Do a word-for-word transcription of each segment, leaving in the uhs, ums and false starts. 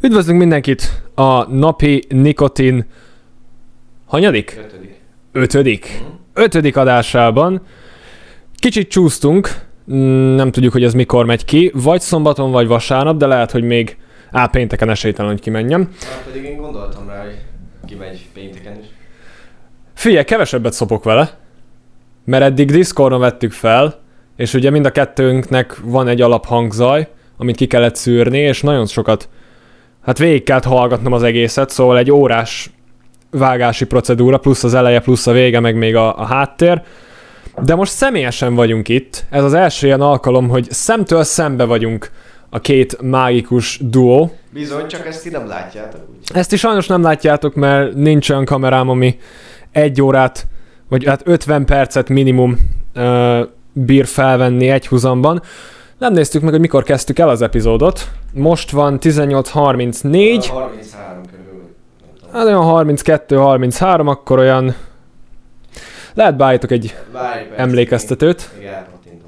Üdvözlünk mindenkit a napi nikotin... Hanyadik? Ötödik. Ötödik. Mm. Ötödik adásában. Kicsit csúsztunk, nem tudjuk, hogy ez mikor megy ki, vagy szombaton, vagy vasárnap, de lehet, hogy még á, pénteken esélytelen, hogy kimenjem. Hát pedig én gondoltam rá, hogy kimegy pénteken is. Figyelj, kevesebbet szopok vele, mert eddig Discordon vettük fel, és ugye mind a kettőnknek van egy alaphangzaj, amit ki kellett szűrni, és nagyon sokat, hát végig kellett hallgatnom az egészet, szóval egy órás vágási procedúra, plusz az eleje, plusz a vége, meg még a, a háttér. De most személyesen vagyunk itt, ez az első ilyen alkalom, hogy szemtől szembe vagyunk a két mágikus duó. Bizony, csak ezt ti nem látjátok. Úgy. Ezt is sajnos nem látjátok, mert nincs olyan kamerám, ami egy órát, vagy hát ötven percet minimum uh, bír felvenni egy húzamban. Nem néztük meg, hogy mikor kezdtük el az epizódot. Most van tizennyolc harmincnégy. harminchárom körül. Hát olyan harminckettő harminchárom, akkor olyan... Lehet beállítok egy Várj, persze, emlékeztetőt. Még, még elpattintom.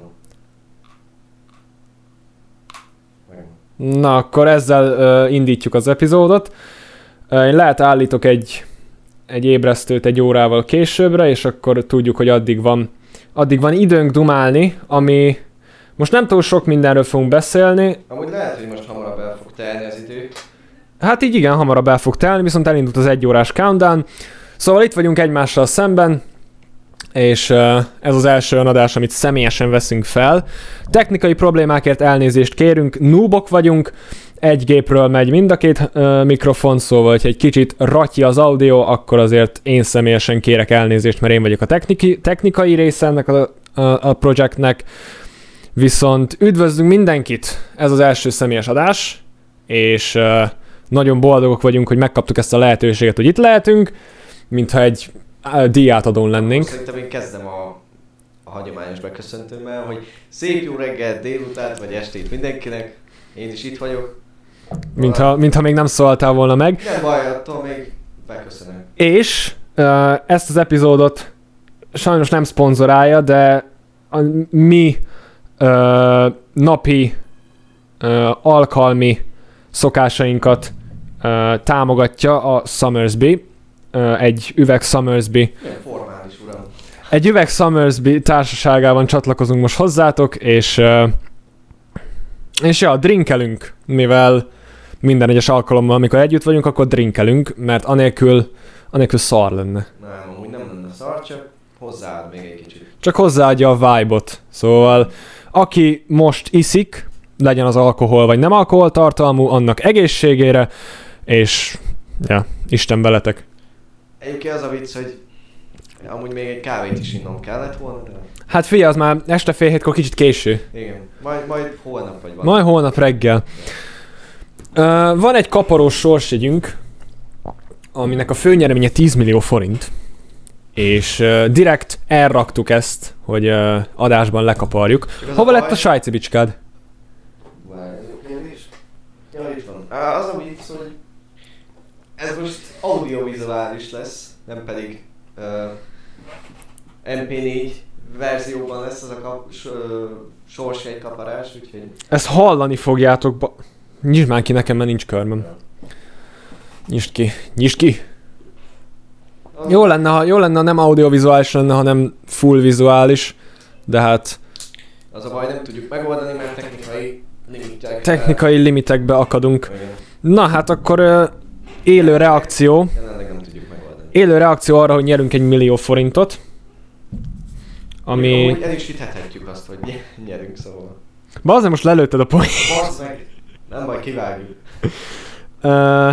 Na, akkor ezzel uh, indítjuk az epizódot. Uh, én lehet állítok egy, egy ébresztőt egy órával későbbre, és akkor tudjuk, hogy addig van, addig van időnk dumálni, ami... Most nem túl sok mindenről fogunk beszélni. Amúgy lehet, hogy most hamarabb el fog telni az idő. Hát így igen, hamarabb el fog telni, viszont elindult az egy órás countdown. Szóval itt vagyunk egymással szemben, és uh, ez az első olyan adás, amit személyesen veszünk fel. Technikai problémákért elnézést kérünk, noobok vagyunk, egy gépről megy mind a két uh, mikrofon, szóval hogyha egy kicsit ratyi az audio, akkor azért én személyesen kérek elnézést, mert én vagyok a techniki, technikai része ennek a, a, a projektnek. Viszont üdvözlünk mindenkit, ez az első személyes adás, és uh, nagyon boldogok vagyunk, hogy megkaptuk ezt a lehetőséget, hogy itt lehetünk, mintha egy uh, díjátadón lennénk. Szerintem én kezdem a, a hagyományos beköszöntőmmel, hogy szép jó reggel, délután vagy estét mindenkinek. Én is itt vagyok. Mintha, mintha még nem szóltál volna meg. Nem baj, attól még beköszönöm. És uh, ezt az epizódot sajnos nem szponzorálja, de a mi uh, napi uh, alkalmi szokásainkat uh, támogatja a Somersby, uh, egy üveg Somersby. Milyen formális, uram. Egy üveg Somersby társaságában csatlakozunk most hozzátok, és uh, és ja, drinkelünk, mivel minden egyes alkalommal, amikor együtt vagyunk, akkor drinkelünk, mert anélkül, anélkül szar lenne. Nem, amúgy nem lenne szar, csak hozzáad még egy kicsit. Csak hozzáadja a vibe-ot. Szóval, aki most iszik, legyen az alkohol vagy nem alkoholtartalmú, annak egészségére, és ja, Isten veletek. Egyébként az a vicc, hogy amúgy még egy kávét is innom kellett volna, de... Hát figyelj, az már este fél hétkor kicsit késő. Igen, majd, majd holnap vagy valami. Majd holnap reggel. Uh, van egy kaparós sorsjegyünk, aminek a főnyereménye tíz millió forint, és uh, direkt elraktuk ezt, hogy uh, adásban lekaparjuk. Hova lett a svájci bicskád? Várj, ez jó kérdés. Ja, itt van. Á, az a vicc, hogy ez most audiovizuális lesz, nem pedig uh, em pé négy verzióban lesz az a kap, s, uh, sorsjegy kaparás, úgyhogy... Ezt hallani fogjátok, ba... Nyisd már ki nekem, mert nincs körmöm. Nyisd ki, nyisd ki! Az Jó lenne, ha, jó lenne, ha nem audiovizuális lenne, hanem full vizuális, de hát... Az a baj, nem tudjuk megoldani, mert technikai limitek... Technikai limitekbe akadunk. Igen. Na hát akkor uh, élő reakció. Jelenleg nem tudjuk megoldani. Élő reakció arra, hogy nyerünk egy millió forintot. Ami... Amúgy el is hithetjük azt, hogy nyerünk, szóval. Bazdmeg, most lelőtted a poént. Bazd meg! Nem baj, kivágjuk. Uh,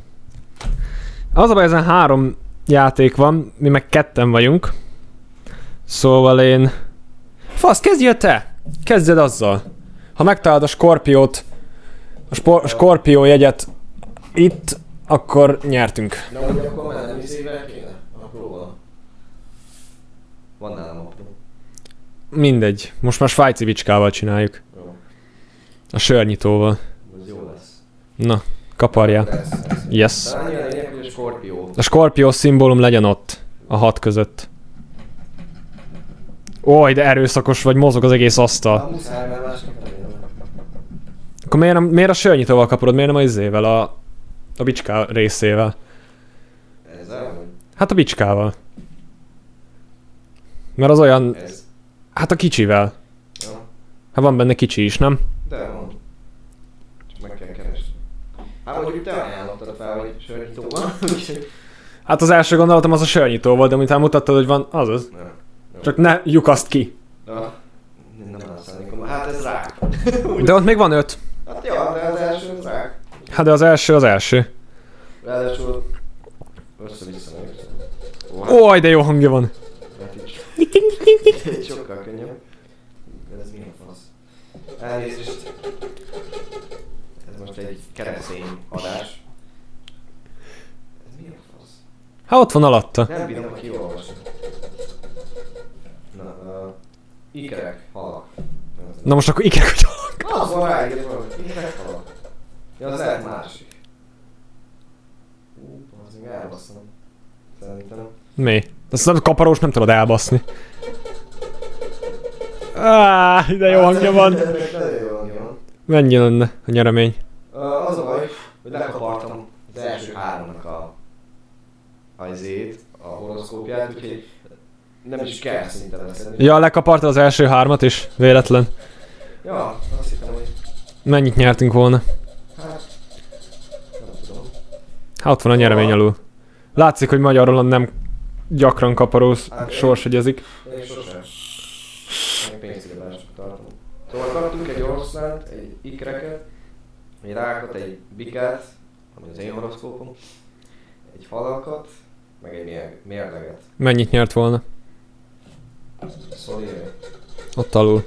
az a baj, ezen három játék van, mi meg ketten vagyunk. Szóval én... Fasz, kezdjél te! Kezdjed azzal. Ha megtalálod a Skorpiót, a spor- Skorpió jegyet itt, akkor nyertünk. Na, hogy akkor már nem izével kéne? Apróval. Van nálam apró. Mindegy. Most már svájci bicskával csináljuk. Jó. A sörnyitóval. Ez jó lesz. Na, kaparjál. Lesz, lesz. Yes. Talán annyi a lényeg, hogy a Skorpió. A Skorpió szimbólum legyen ott. A hat között. Ój, de erőszakos vagy, mozog az egész asztal. A muszáj, mert másképp nem jön. Akkor miért, nem, miért a sörnyitóval kaparod, miért nem a izével, a, A bicska részével. Ezzel vagy? Hát a bicskával. Mert az olyan... Ez. Hát a kicsivel. Ja. Hát van benne kicsi is, nem? De van. Csak meg kell keresni. Hát mondjuk te ajánlottad fel, hogy sörnyitó van. Hát az első gondolatom az a sörnyitó volt, de mintha mutattad, hogy van, az az. Ja. Csak ne lyukaszt ki. Ja. Nem használni. Hát ez rák. De ott még van öt. Hát jó, de az első az rák. Hát de az első az első. Ráadásul össze-vissza meg. Ój, de jó hangja van. Sokkal könnyebb. De ez milyen fasz? Elnézést. Ez most egy keresztény adás. Ez milyen fasz? Hát ott van alatta. Nem bírom a kiolvasni. Na, uh, ikerek, halak. Na most akkor ikerek, hogy halak. Az van ráigett valami. Ikerek, halak. Ja, az lehet másik. Ú, az még elbasszom. Szerintem. Mi? Azt nem kaparós nem tudod elbaszni. Áh, de jó hangja van. Ennek nagyon jó hangja van. Mennyi lenne a nyeremény? Uh, az a baj, hogy lekapartam az első háromnak a azét, a horoszkópját, úgyhogy nem is kell szinte leszedni. Ja, lekapartad az első hármat is, véletlen. Ja, azt hittem, hogy Mennyit nyertünk volna? hát... Nem tudom. Hát ott van a nyeremény alul. Látszik, hogy Magyarul nem gyakran kaparós Hát én- sorsegyezik. Én sosem. Még pénzigazásnak tartom. Szóval kaptunk egy oroszlánt, egy ikreket, egy rákot, egy bikát, ami az én horoszkópom, egy halakat, meg egy mérg- mérleget. Mennyit nyert volna? Szóval írja, Ott alul.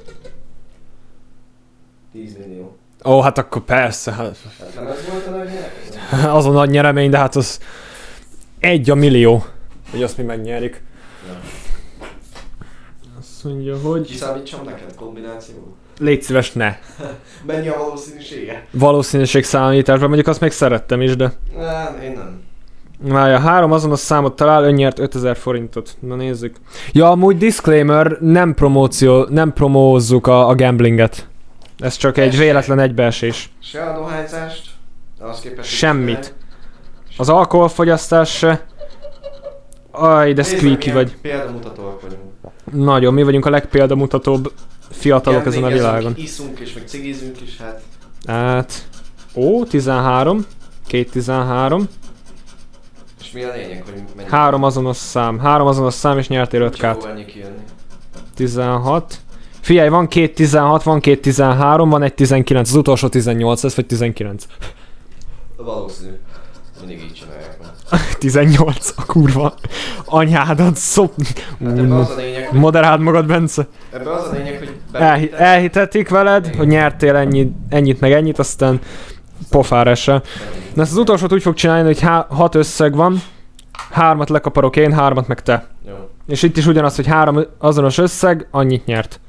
tíz millió. Ó, hát akkor persze, hát Hát nem ez volt a nagy nyeremény? az a nagy nyeremény, de hát az egy a millió, hogy azt mi megnyerjük. Ja. Azt mondja, hogy... Kiszámítsam neked kombináció? Légy szíves, ne. Mennyi a valószínűsége? Valószínűség számításban, mondjuk azt még szerettem is, de... Nem, én nem. Várja, három azonos számot talál, ön nyert ötezer forintot. Na nézzük. Ja, amúgy disclaimer, nem promóció, nem promózzuk a, a gamblinget. Ez csak egy véletlen egybeesés. Se a dohányzást, az képest... Semmit. Az alkoholfogyasztás se. Aj, de squeaky vagy. Példamutatóak vagyunk. Nagyon, mi vagyunk a legpéldamutatóbb fiatalok ezen a Gambling, világon. Iszunk és meg cigizünk is, hát... Hát... Ó, tizenhárom. Két tizenhárom. És mi a lényeg, hogy mennyi... Három azonos szám. Három azonos szám és nyertél öt Csak kát. fog annyi kijönni. tizenhat. Figyelj, van két tizenhat, van két tizenhárom, van egy tizenkilenc. Az utolsó tizennyolc lesz, vagy tizenkilenc. Valószínű. Mindig így csinálják meg. tizennyolc, a kurva. Anyádat szop... Hát ebben az a lényeg, hogy... Moderáld magad, Bence. Ebben az a lényeg, hogy... Elhi- elhitetik veled, hogy nyertél ennyi, ennyit meg ennyit, aztán pofára esel. Na ezt az utolsót úgy fog csinálni, hogy há- hat összeg van, hármat lekaparok én, hármat meg te. Jó. És itt is ugyanaz, hogy három azonos összeg, annyit nyert.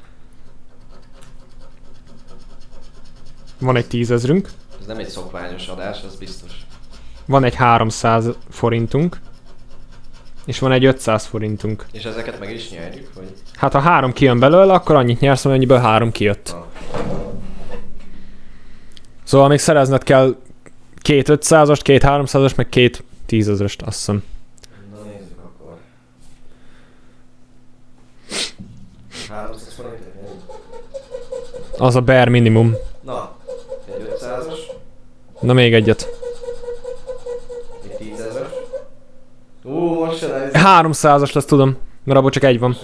Van egy tízezrünk, Ez nem egy szokványos adás, az biztos. van egy háromszáz forintunk, és van egy ötszáz forintunk. És ezeket meg is nyerjük, vagy? Hát ha három kijön belőle, akkor annyit nyersz, amennyiből három kijött. Na. Szóval még szerezned kell két ötszázast, két háromszázast, meg két tízezrest, azt hiszem. Na nézzük akkor. háromszáz forint? Az a bare minimum. Na, egy ötszázas, Na még egyet. egy tízezres. Ú, most se lesz. háromszázas lesz, tudom, mert abból csak egy van.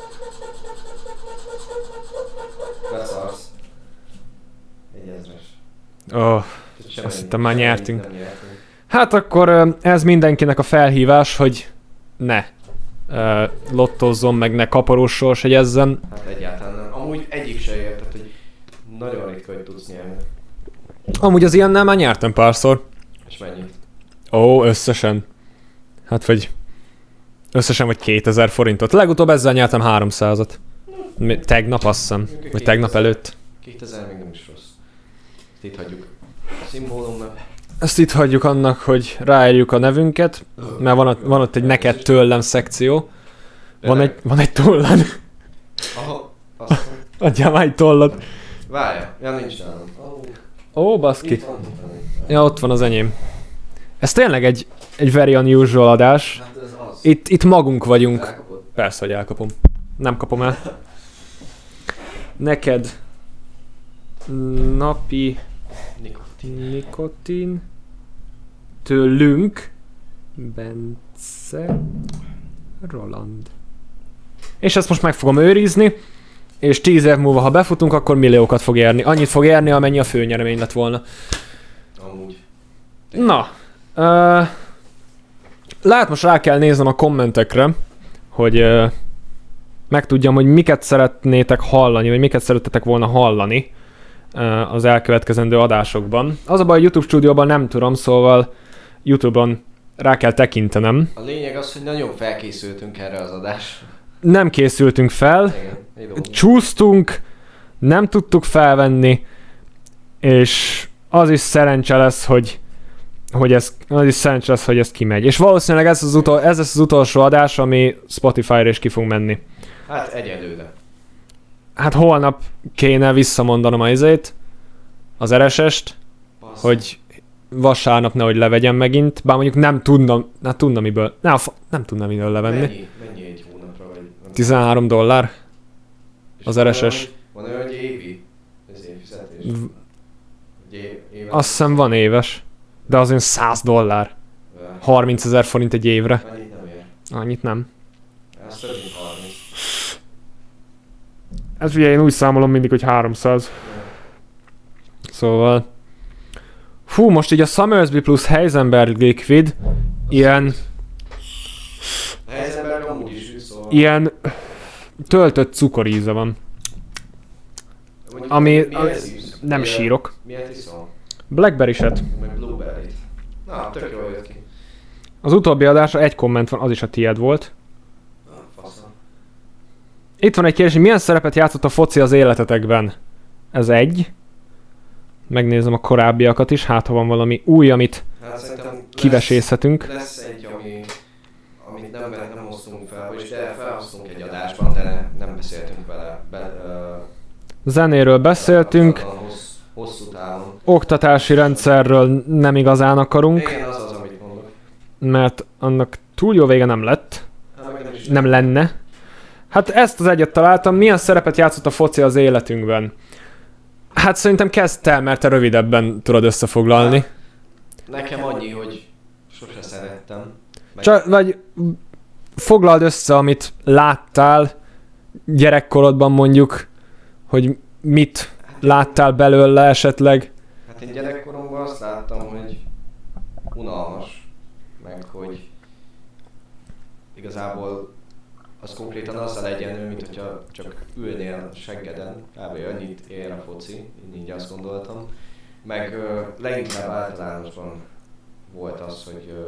Beszarsz. Egy ezres. Oh, Semmi- Azt hittem már semmit nyertünk. nem nyertünk. hát akkor ö, ez mindenkinek a felhívás, hogy ne ö, lottozzon, meg ne kaparós sorsjegyezzen. Hát egyáltalán nem. Amúgy egyik se érted, hogy nagyon ritka, hogy tudsz nyerni. Amúgy az ilyennel már nyertem párszor. És mennyit? Ó, összesen. Hát vagy... Összesen vagy kétezer forintot. Legutóbb ezzel nyertem háromszázat. Mi- Tegnap azt hiszem. Vagy tegnap előtt. kétezer még nem is rossz. Ezt itt hagyjuk a szimbólumnak. Ezt itt hagyjuk annak, hogy ráírjuk a nevünket, mert van ott, van ott egy neked tőlem szekció. Van egy, van egy tollad. Aha, azt Adjál már egy tollat. várja, ja nincs nálam. Oh, Ó, baszki. itt van, itt van, itt van. Ja, ott van az enyém. Ez tényleg egy, egy very unusual adás. Hát ez az. Itt, itt magunk vagyunk. Elkapod. Persze, hogy elkapom. Nem kapom el. Neked napi Nikotin. nikotin tőlünk Bence Roland. És ezt most meg fogom őrizni, és tíz év múlva, ha befutunk, akkor milliókat fog érni. Annyit fog érni, amennyi a főnyeremény lett volna. Amúgy. Na, uh, lehet most rá kell néznem a kommentekre, hogy uh, megtudjam, hogy miket szeretnétek hallani, vagy miket szeretetek volna hallani uh, az elkövetkezendő adásokban. Az a baj, a YouTube stúdióban nem tudom, szóval YouTube-on rá kell tekintenem. A lényeg az, hogy nagyon felkészültünk erre az adásra. Nem készültünk fel, Igen, egy dolog. csúsztunk, nem tudtuk felvenni, és az is szerencse lesz, hogy, hogy ez, az is szerencse lesz, hogy ez kimegy. És valószínűleg ez, az utol, ez lesz az utolsó adás, ami Spotify-ra is ki fog menni. Hát egyelőre. Hát holnap kéne visszamondanom a izét, az er es est, Basz. hogy vasárnap nehogy levegyem megint, bár mondjuk nem tudnam, hát tudna miből, ne, nem tudnám miből levenni. Mennyi, mennyi egy hónapra vagy? tizenhárom dollár És az van er es es. olyan, Van olyan, hogy évi? Ez évfizetés? V- Hogy é- éves? Azt hiszem van éves, de az olyan száz dollár. Ö, harmincezer forint egy évre. Annyit nem ér. Annyit nem. Ez több mint harminc. Ez ugye én úgy számolom mindig, hogy háromszáz. Szóval... Fú, most így a Summersby plusz Heisenberg Liquid ilyen, Heisenberg amúgy is ő, szóval... ilyen töltött cukoríze van. Mondjuk, Ami, miért ami iszsz? nem Miért- sírok. Miért iszol? Blackberry-set. Meg blueberry-t. Na, tök jól jött ki. Az utóbbi adásra egy komment van, az is a tiéd volt. Na, faszom. Itt van egy kérdés, hogy milyen szerepet játszott a foci az életetekben? Ez egy. Megnézem a korábbiakat is, hát ha van valami új, amit Hát szerintem kivesészhetünk. Lesz, lesz egy, ami, amit nem, nem hoztunk fel, vagyis de felhoztunk egy adásban, de ne, nem beszéltünk vele. Be, uh, Zenéről beszéltünk, hossz, hosszú távon. oktatási rendszerről nem igazán akarunk, Igen, az az, amit mondok. mert annak túl jó vége nem lett, Hát, meg nem, is nem lenne. Hát ezt az egyet találtam, milyen szerepet játszott a foci az életünkben? Hát szerintem kezd el, mert te rövidebben tudod összefoglalni. Nekem annyi, hogy sose szerettem. Meg Csak, vagy foglald össze, amit láttál gyerekkorodban mondjuk, hogy mit láttál belőle esetleg. Hát én gyerekkoromban azt láttam, hogy unalmas, meg hogy igazából az konkrétan azzal egyenlő, mint hogyha csak ülnél a seggeden, kb. Annyit ér a foci, én így azt gondoltam. Meg ö, leginkább általánosban volt az, hogy ö,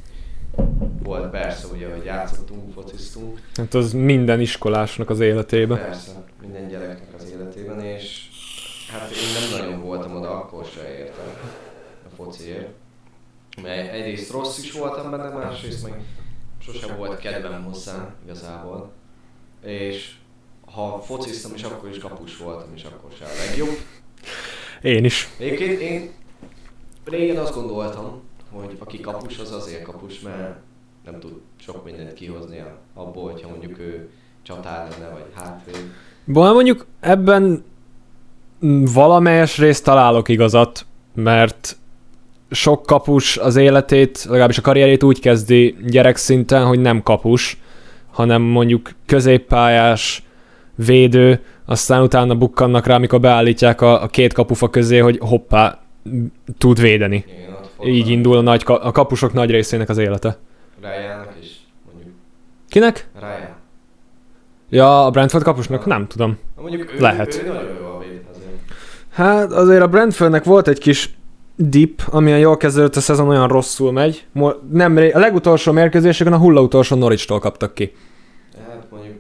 volt persze ugye, hogy játszottunk, fociztunk. Hát az minden iskolásnak az életében. Persze, minden gyereknek az életében, és hát én nem nagyon voltam oda, akkor se értem a fociért. Mert egyrészt rossz is voltam benne, másrészt meg sosem volt kedvem hozzá igazából. És ha fociztam is, akkor is kapus voltam, és akkor se a legjobb. Én is. Egyébként én régen azt gondoltam, hogy aki kapus, az azért kapus, mert nem tud sok mindent kihozni abból, hogyha mondjuk ő csatár lenne, vagy hátvéd. Bár mondjuk ebben valamelyes részt találok igazat, mert sok kapus az életét, legalábbis a karrierét úgy kezdi gyerekszinten, hogy nem kapus, hanem mondjuk középpályás, védő, aztán utána bukkannak rá, amikor beállítják a, a két kapufa közé, hogy hoppá, tud védeni. Igen, ott Így indul a, nagy, a kapusok nagy részének az élete. Ryan-nak is, mondjuk. Kinek? Ryan. Ja, a Brentford kapusnak? Nem tudom. Na mondjuk ő, Lehet. ő nagyon jól véd azért. Hát azért a Brentfordnek volt egy kis dip, amilyen jól kezdődött a szezon, olyan rosszul megy. Mo- nem, ré- a legutolsó mérkőzéseken a hullautolsó Norwich-tól kaptak ki. Hát mondjuk...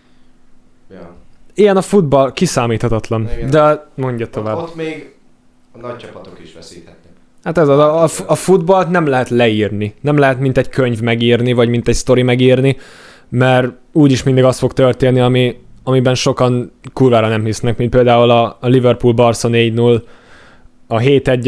Ja. Ilyen a futball, kiszámíthatatlan. Igen. De mondja Ott, tovább. ott még a nagy csapatok is veszíthetnek. Hát ez az, a, a, a futballt nem lehet leírni. Nem lehet mint egy könyv megírni, vagy mint egy sztori megírni, mert úgyis mindig az fog történni, ami, amiben sokan kurvára nem hisznek, mint például a, a Liverpool-Barca négy null, a hét egyes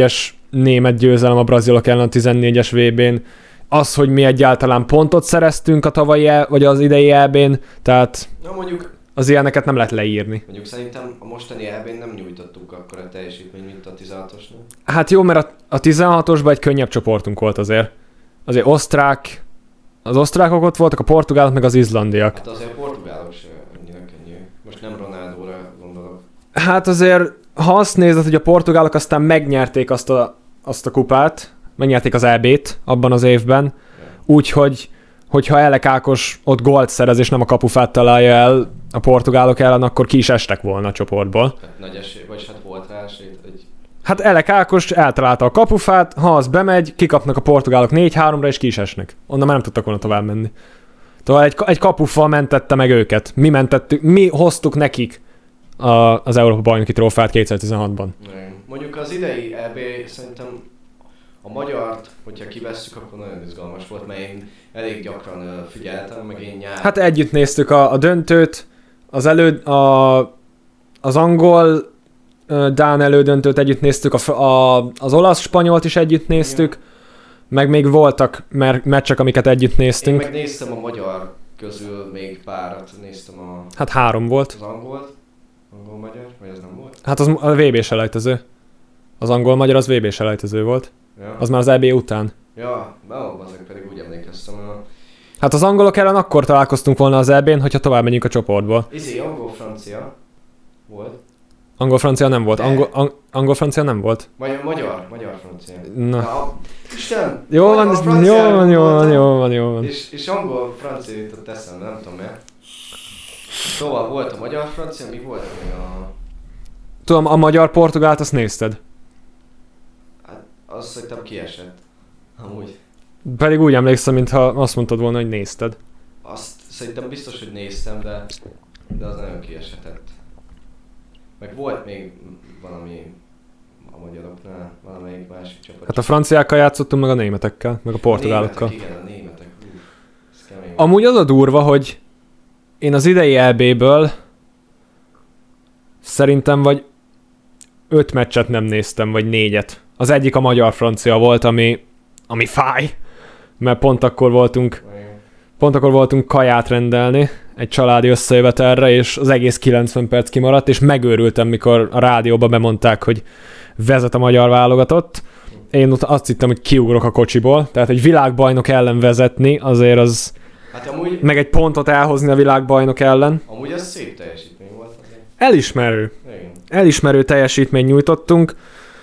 német győzelem a brazilok ellen a tizennégyes vé bén, az, hogy mi egyáltalán pontot szereztünk a tavalyi, el, vagy az idei é bén, tehát Na mondjuk, az ilyeneket nem lehet leírni. mondjuk szerintem a mostani é bén nem nyújtottunk akkora teljesítményt, mint a tizenhatosnak. Hát jó, mert a, a tizenhatosban egy könnyebb csoportunk volt azért. Azért osztrák, az osztrákok ott voltak, a portugálok meg az izlandiak. Hát azért a portugálok se annyira könnyű. Most nem Ronaldóra gondolok. Hát azért, ha azt nézed, hogy a portugálok aztán megnyerték azt a, azt a kupát, megnyerték az é bét abban az évben, úgyhogy hogyha Elek Ákos ott gólt szerez és nem a kapufát találja el a portugálok ellen, akkor ki is estek volna a csoportból. Hát nagy esély, vagy hát volt rá esély, hogy... Hát Elek Ákos eltalálta a kapufát, ha az bemegy, kikapnak a portugálok négy háromra és ki is esnek. Onnan már nem tudtak volna tovább menni. Tovább egy, egy kapuffal mentette meg őket. Mi mentettük, mi hoztuk nekik a, az Európa-bajnoki trófeát kétezer-tizenhatban. Mondjuk az idei é bé szerintem a magyart, hogyha kivesszük, akkor nagyon izgalmas volt, mert én elég gyakran figyeltem, meg én nyár. Hát együtt néztük a, a döntőt, az elő, a, az angol dán elődöntőt együtt néztük, a, a, az olasz-spanyolt is együtt néztük, igen. Meg még voltak mer- meccsek, amiket együtt néztünk. Én meg néztem a magyar közül még párat, néztem a... Hát három volt. Az angolt, angol-magyar, vagy ez nem volt? Hát az a vé bé selejtező. Az angol-magyar az vé bé selejtező volt. Ja. Az már az é bé után. Ja, beolva, azok pedig úgy emlékeztem. A... Hát az angolok ellen akkor találkoztunk volna az é bén, hogyha tovább megyünk a csoportból. Izé, angol-francia volt. Angol-francia nem volt. Angol, ang- angol-francia nem volt. Magyar, magyar, magyar-francia. Na. Na, Isten! Jó van, jó van, jó van, jó van, jó van. És, és angol-francia jutott eszembe, nem tudom miért. Szóval volt a magyar-francia, mi volt még a... Tudom, a magyar-portugált azt nézted? Hát azt szerintem kiesett. Amúgy. Pedig úgy emlékszem, mintha azt mondtad volna, hogy nézted. Azt szerintem biztos, hogy néztem, de, de az nagyon kiesetett. Meg volt még valami a magyaroknál, valamelyik másik csapat. Hát a franciákkal játszottunk, meg a németekkel, meg a portugálokkal. A németek, igen, a németek. Ú, ez kemény. Amúgy az a durva, hogy én az idei é béből szerintem vagy öt meccset nem néztem, vagy négyet. Az egyik a magyar-francia volt, ami, ami fáj, mert pont akkor voltunk, pont akkor voltunk kaját rendelni egy családi összejövetelre, és az egész kilencven perc kimaradt, és megőrültem, mikor a rádióba bemondták, hogy vezet a magyar válogatott. Én azt hittem, hogy kiugrok a kocsiból, tehát egy világbajnok ellen vezetni, azért az... Hát amúgy... Meg egy pontot elhozni a világbajnok ellen. Amúgy ez szép teljesítmény volt azért. Elismerő. Igen. Elismerő teljesítmény nyújtottunk,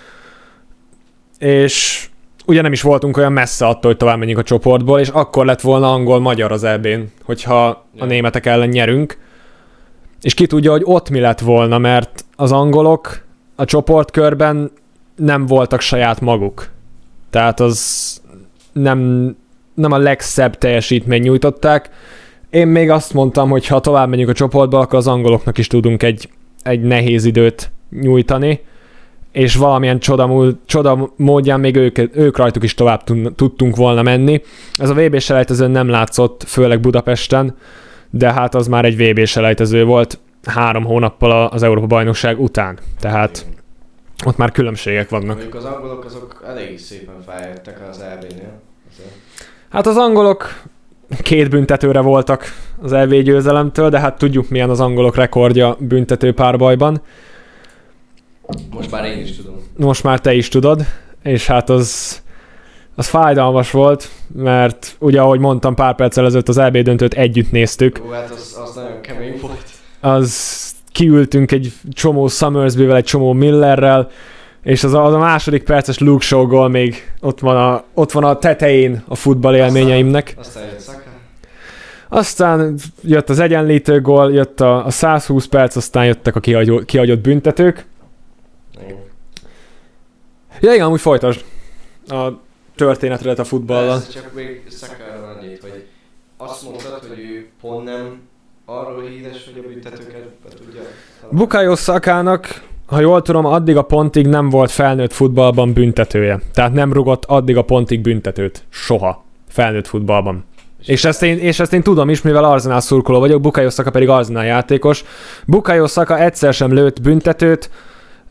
és ugye nem is voltunk olyan messze attól, hogy tovább menjünk a csoportból, és akkor lett volna angol-magyar az é bén, hogyha ja. a németek ellen nyerünk. És ki tudja, hogy ott mi lett volna, mert az angolok a csoportkörben nem voltak saját maguk. Tehát az nem, nem a legszebb teljesítmény nyújtották. Én még azt mondtam, hogy ha tovább megyünk a csoportba, akkor az angoloknak is tudunk egy, egy nehéz időt nyújtani, és valamilyen csoda, csoda módján még ők, ők rajtuk is tovább tudtunk volna menni. Ez a vé bé selejtezőn nem látszott, főleg Budapesten, de hát az már egy vé bé selejtező volt három hónappal az Európa-bajnokság után. Tehát ott már különbségek vannak. Mondjuk az angolok azok elég szépen fájtak az é bénél. Hát az angolok két büntetőre voltak az é bé győzelemtől, de hát tudjuk milyen az angolok rekordja büntető párbajban. Most már én is tudom. Most már te is tudod, és hát az, az fájdalmas volt, mert ugye ahogy mondtam pár perccel ezelőtt az é bé döntőt együtt néztük. Ó, hát az, az nagyon kemény volt. Az kiültünk egy csomó Summersby-vel, egy csomó Millerrel, és az a, az a második perces Luke Shaw gól még ott van a, ott van a tetején a futball élményeimnek. Aztán, aztán jött Saka. Aztán jött az egyenlítő gól, jött a, a száz húsz perc, aztán jöttek a kihagyó, kihagyott büntetők. Igen. Ja igen, amúgy folytasd a történetet a futballal. Ez csak még Szakára annyit, hogy azt mondtad, hogy ő pont nem arról híres, hogy a büntetőket be tudja találni. Bukayo Sakának, ha jól tudom, addig a pontig nem volt felnőtt futballban büntetője. Tehát nem rugott addig a pontig büntetőt. Soha. Felnőtt futballban. És, és, ezt én, és ezt én tudom is, mivel Arsenal szurkoló vagyok, Bukayo Saka pedig Arsenal játékos. Bukayo Saka egyszer sem lőtt büntetőt,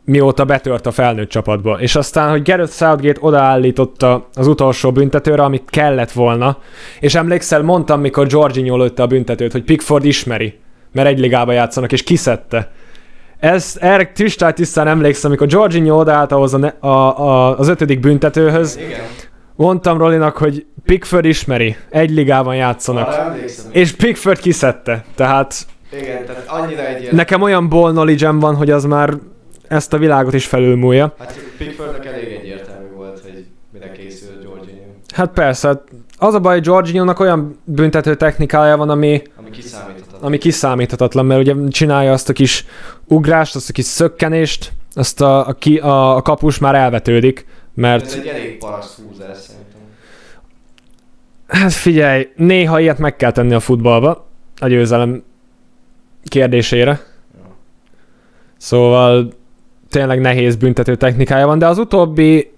mióta betört a felnőtt csapatba. És aztán, hogy Gareth Southgate odaállította az utolsó büntetőre, amit kellett volna, és emlékszel, mondtam, mikor Jorginho lőtte a büntetőt, hogy Pickford ismeri, mert egy ligába játszanak, és kiszedte. Ez, erre kristálytisztán emlékszem, amikor Jorginho odaállt ahhoz a, a, a, az ötödik büntetőhöz, Igen. mondtam Rolinak, hogy Pickford ismeri, egy ligában játszanak, és Pickford kiszedte, tehát igen, tehát annyira egyértelmű. nekem olyan ball knowledge-em van, hogy az már ezt a világot is felülmúlja. Hát Pickfordnak elég egyértelmű volt, hogy mire készül Jorginho. Hát persze, hát az a baj, Jorginho-nak olyan büntető technikája van, ami, Ami kiszámíthatatlan. ami kiszámíthatatlan, mert ugye csinálja azt a kis ugrást, azt a kis szökkenést, azt a, a, ki, a, a kapus már elvetődik, mert... Ez egy elég paraszt húzás szerintem. Hát figyelj, néha ilyet meg kell tenni a futballba, a győzelem kérdésére. Ja. Szóval tényleg nehéz büntető technikája van, de az utóbbi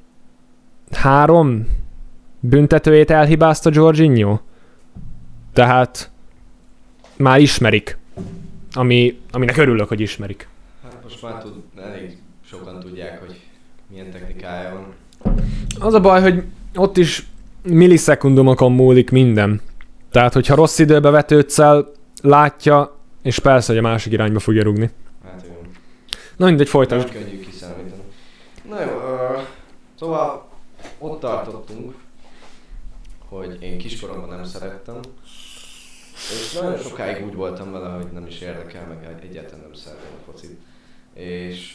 három büntetőjét elhibázta Jorginho. Tehát már ismerik. Ami, aminek örülök, hogy ismerik. Hát most már tud, elég sokan tudják, hogy milyen technikája van. Az a baj, hogy ott is millisekundumokon múlik minden. Tehát, hogyha rossz időbe vetődsz el, látja, és persze, hogy a másik irányba fogja rúgni. Hát igen. Na mindegy, folytasd. Nem könnyű kiszámítani. Na jó, uh, szóval ott tartottunk, hogy én kiskoromban nem szerettem, és nagyon sokáig úgy voltam vele, hogy nem is érdekel, meg egyáltalán nem szeretem a focit. És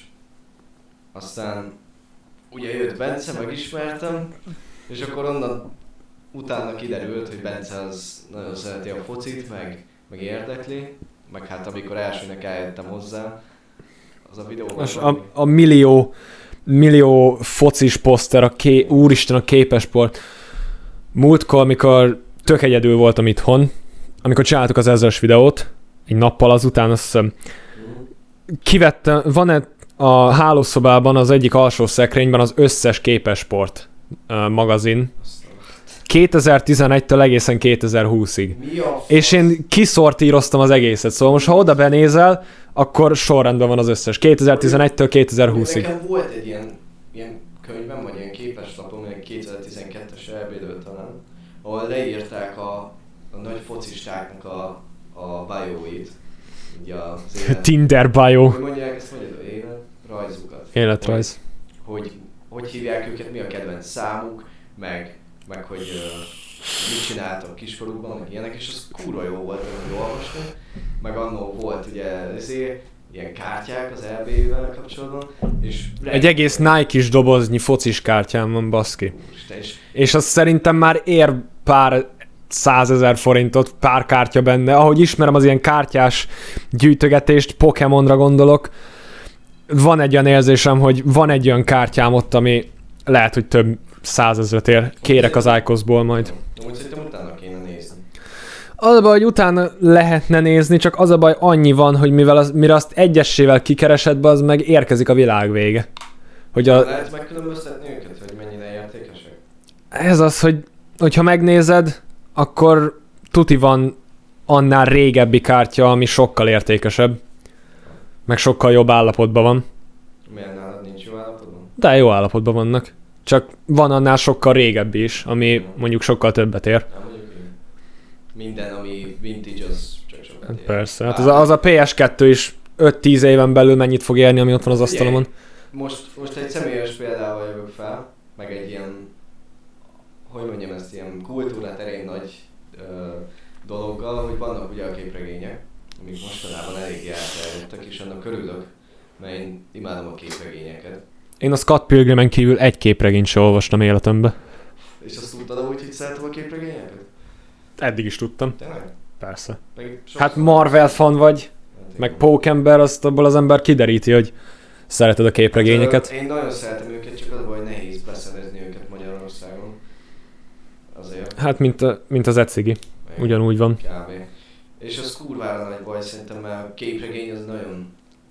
aztán ugye jött Bence, megismertem, és akkor onnan utána kiderült, hogy Bence az nagyon szereti a focit, meg, meg érdekli, meg hát amikor elsőnek eljöttem hozzá, az a videó... Most a, a millió, millió focis poszter, a ké, úristen a képesport. Múltkor, amikor tök egyedül voltam itthon, amikor csináltuk az ezres videót, egy nappal azután, azt hiszem, kivettem, van-e a hálószobában az egyik alsó szekrényben az összes képesport uh, magazin. kétezer-tizenegytől egészen kétezer-húszig. És én kiszortíroztam az egészet, szóval most ha oda benézel, akkor sorrendben van az összes. kétezer-tizenegytől kétezer-húszig. Nekem volt egy ilyen, ilyen könyvem, vagy ilyen képeslapom, egy kétezer-tizenkettes é bé-ről talán, ahol leírták a, a nagy focistáknak a, a bio-it. Ugye az élet... Tinder bio. Hogy mondják ezt, mondják, életrajzukat. Életrajz. Hogy, hogy hogy hívják őket, mi a kedvenc számuk, meg, meg hogy uh, mit csináltak kiskorukban, meg ilyenek, és az kurva jó volt, hogy olvasni. Meg annól volt ugye ezért ilyen kártyák az é bé-vel kapcsolatban, és... Egy egész Nike-is doboznyi focis kártyám van, baszki. És, és az szerintem már ér pár százezer forintot, pár kártya benne. Ahogy ismerem az ilyen kártyás gyűjtögetést, Pokémonra gondolok, van egy olyan érzésem, hogy van egy olyan kártyám ott, ami lehet, hogy több százezret ér. Kérek az iCosból majd. Amúgy szerintem utána kéne nézni. Az a baj, hogy utána lehetne nézni, csak az a baj annyi van, hogy mivel az, mire azt egyesével kikeresed be, az meg érkezik a világ vége. Hogy a... Lehet megkülönböztetni őket, hogy mennyire értékesek? Ez az, hogy hogyha megnézed, akkor tuti van annál régebbi kártya, ami sokkal értékesebb. Meg sokkal jobb állapotban van. Miért nálad nincs jó állapotban? De jó állapotban vannak. Csak van annál sokkal régebbi is, ami mondjuk sokkal többet ér. Nem mondjuk én. Minden, ami vintage, az csak sokat ér. Persze, hát az a, az a pé es kettő is öt-tíz éven belül mennyit fog érni, ami ott van az asztalomon. Most, most egy személyes példával jövök fel, meg egy ilyen, hogy mondjam ezt, ilyen kultúra terén nagy ö, dologgal, hogy vannak ugye a képregények, amik mostanában elég elterjedtek, és annak örülök, mert én imádom a képregényeket. Én a Scott Pilgrimen kívül egy képregényt sem olvastam életembe. És azt tudtad amúgy, hogy szeretem a képregényeket? Eddig is tudtam. Tényleg? Persze. Meg Hát Marvel fan vagy, meg Pókember, azt abból az ember kideríti, hogy szereted a képregényeket. Hát, én nagyon szeretem őket, csak az a baj, hogy nehéz beszerezni őket Magyarországon. Azért. Hát mint, a, mint az Ecigi. Ugyanúgy van. Kb. És az kurvára nagy baj szerintem, mert a képregény az nagyon...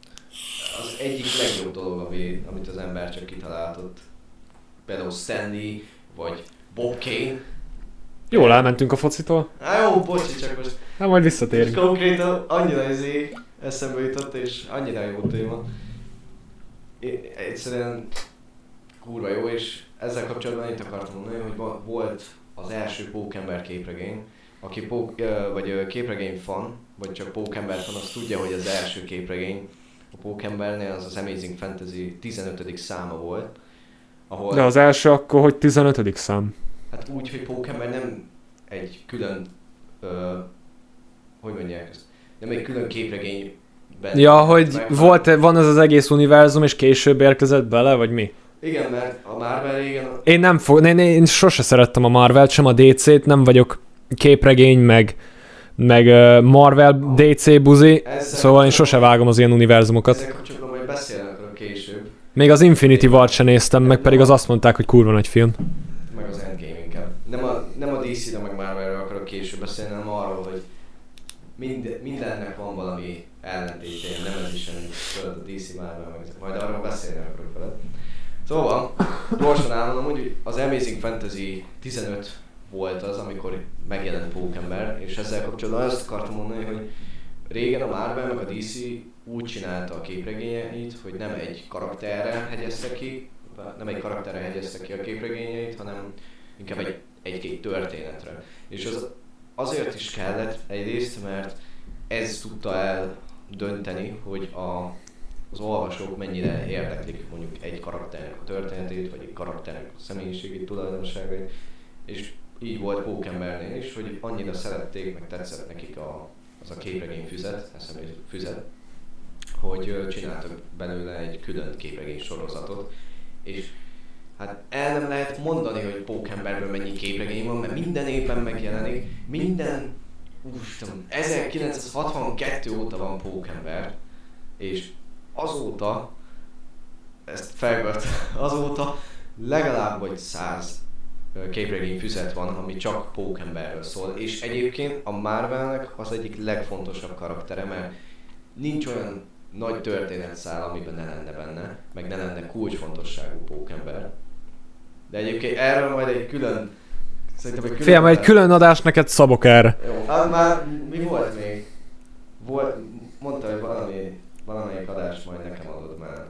az egyik legjobb dolog, ami, amit az ember csak kitaláltott. Például Stanley, vagy Bob Kane. Jól elmentünk a focitól. Á jó, bocsi, csak most... Hát majd visszatérünk. Most konkrétan annyira izé eszembe jutott, és annyira jó téma. é, egyszerűen kurva jó, és ezzel kapcsolatban itt akartam mondani, hogy volt az első Pókember képregény, aki pók, vagy képregény fan, vagy csak Pókember fan, az tudja, hogy az első képregény a Pókembernél az az Amazing Fantasy tizenötödik száma volt. Ahol De az első akkor, hogy tizenötödik szám? Hát úgy, hogy Pókember nem egy külön, ö, hogy mondják ezt, nem egy külön képregényben. Ja, hogy volt, van ez az egész univerzum, és később érkezett bele, vagy mi? Igen, mert a Marvel régen... A... Én nem fog, én, én sose szerettem a Marvelt, sem a dé cét, nem vagyok képregény, meg, meg uh, Marvel dé cé buzi, ezzel szóval én sose vágom az ilyen univerzumokat. Ezzel kapcsolatban majd beszélnek később. Még az Infinity War-t sem néztem, meg pedig az azt mondták, hogy kurva nagy film. Meg az Endgame inkább. Nem a, nem a dé cé-re meg Marvelről akarok később beszélni, hanem arról, hogy mind, mindennek van valami ellentétje, nem ez is sem a dé cé Marvel, meg majd arról beszélni akarok veled. Szóval, gyorsan elmondom, hogy az Amazing Fantasy tizenöt volt az, amikor megjelent Pókember, és ezzel kapcsolatban azt akartam mondani, hogy régen a Marvel meg a dé cé úgy csinálta a képregényeit, hogy nem egy karakterre hegyezte ki, nem egy karakterre hegyezte ki a képregényeit, hanem inkább egy, egy-két történetre. És az azért is kellett egyrészt, mert ez tudta eldönteni, hogy a az olvasók mennyire érdeklik mondjuk egy karakternek a történetét, vagy egy karakternek a személyiségét, tulajdonságait, és így volt Pókembernél is, hogy annyira szerették, meg tetszett nekik a, az a képregény füzet, eszembe füzet, hogy csináltak belőle egy külön képregény sorozatot, és hát el nem lehet mondani, hogy Pókemberből mennyi képregény van, mert minden évben megjelenik, minden, úristen, ezerkilencszázhatvankettő óta van Pókember, és azóta, ezt felvett, azóta legalább vagy száz képregény füzet van, ami csak Pókemberről szól, és egyébként a Marvelnek az egyik legfontosabb karaktere, mert nincs olyan nagy történetszál, amiben ne lenne benne, meg ne lenne kulcsfontosságú Pókember. De egyébként erről majd egy külön... Szerintem egy külön... Fiam, egy külön adás neked szabok erre. Jó, hát már mi volt még? Volt, mondta, hogy valami... Valamelyik adást majd nekem adod már.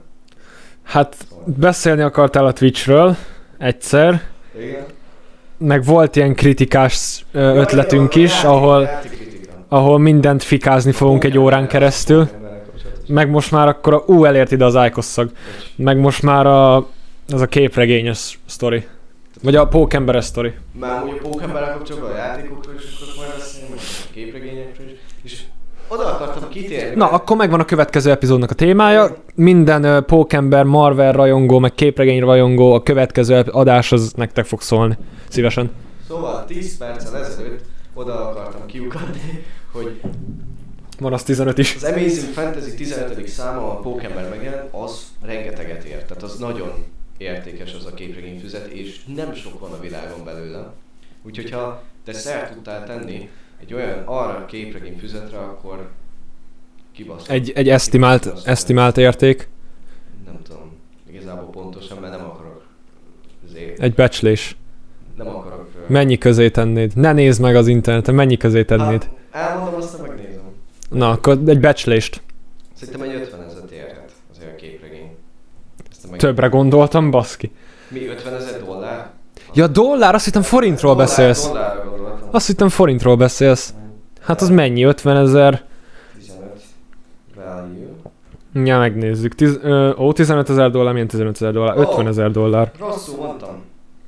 Hát beszélni akartál a Twitchről egyszer. Igen. Meg volt ilyen kritikás ötletünk ja, is, ahol, ahol mindent fikázni fogunk egy órán keresztül. Meg most már akkor a... Ú, elért ide az ájkosszag. Meg most már a, az a képregényes sztori. Vagy a Pókemberes sztori. Már úgy a Pókemberrel kapcsolatban a játékokról is akkor majd beszélni, a képregényekről is. És oda akartam kitérni. Na, akkor megvan a következő epizódnak a témája. Minden uh, Pókember, Marvel rajongó, meg képregény rajongó, a következő adás az nektek fog szólni. Szívesen. Szóval tíz perccel ezelőtt oda akartam kiukadni, hogy van az tizenöt is. Az Amazing Fantasy tizenötödik száma, a Pókember megjelent, az rengeteget ért. Tehát az nagyon értékes az a képregényfüzet, és nem sok van a világon belőle. Úgyhogy ha te szert tudtál tenni egy olyan arra a képregényfüzetre, akkor kibaszol. Egy, egy esztimált, esztimált érték. Nem tudom, igazából pontosan, mert nem akarok azért. Egy becslés. Nem akarok. Mennyi közé tennéd? Ne nézd meg az interneten, mennyi közé tennéd? Hát, elmondom, aztán megnézem. Na, akkor egy becslést. Szerintem egy ötvenezret érhet azért a képregény. Többre gondoltam, baszki. Mi, ötvenezer dollár? Ja, dollár? Azt hittem forintról dollár, beszélsz. Dollárra gondoltam. Azt hittem forintról beszélsz. Hát az mennyi? ötvenezer? tizenöt. Value. Ja, megnézzük. Tiz, ö, ó, tizenötezer dollár, milyen tizenötezer dollár? Oh, ötvenezer dollár. Rosszul mondtam.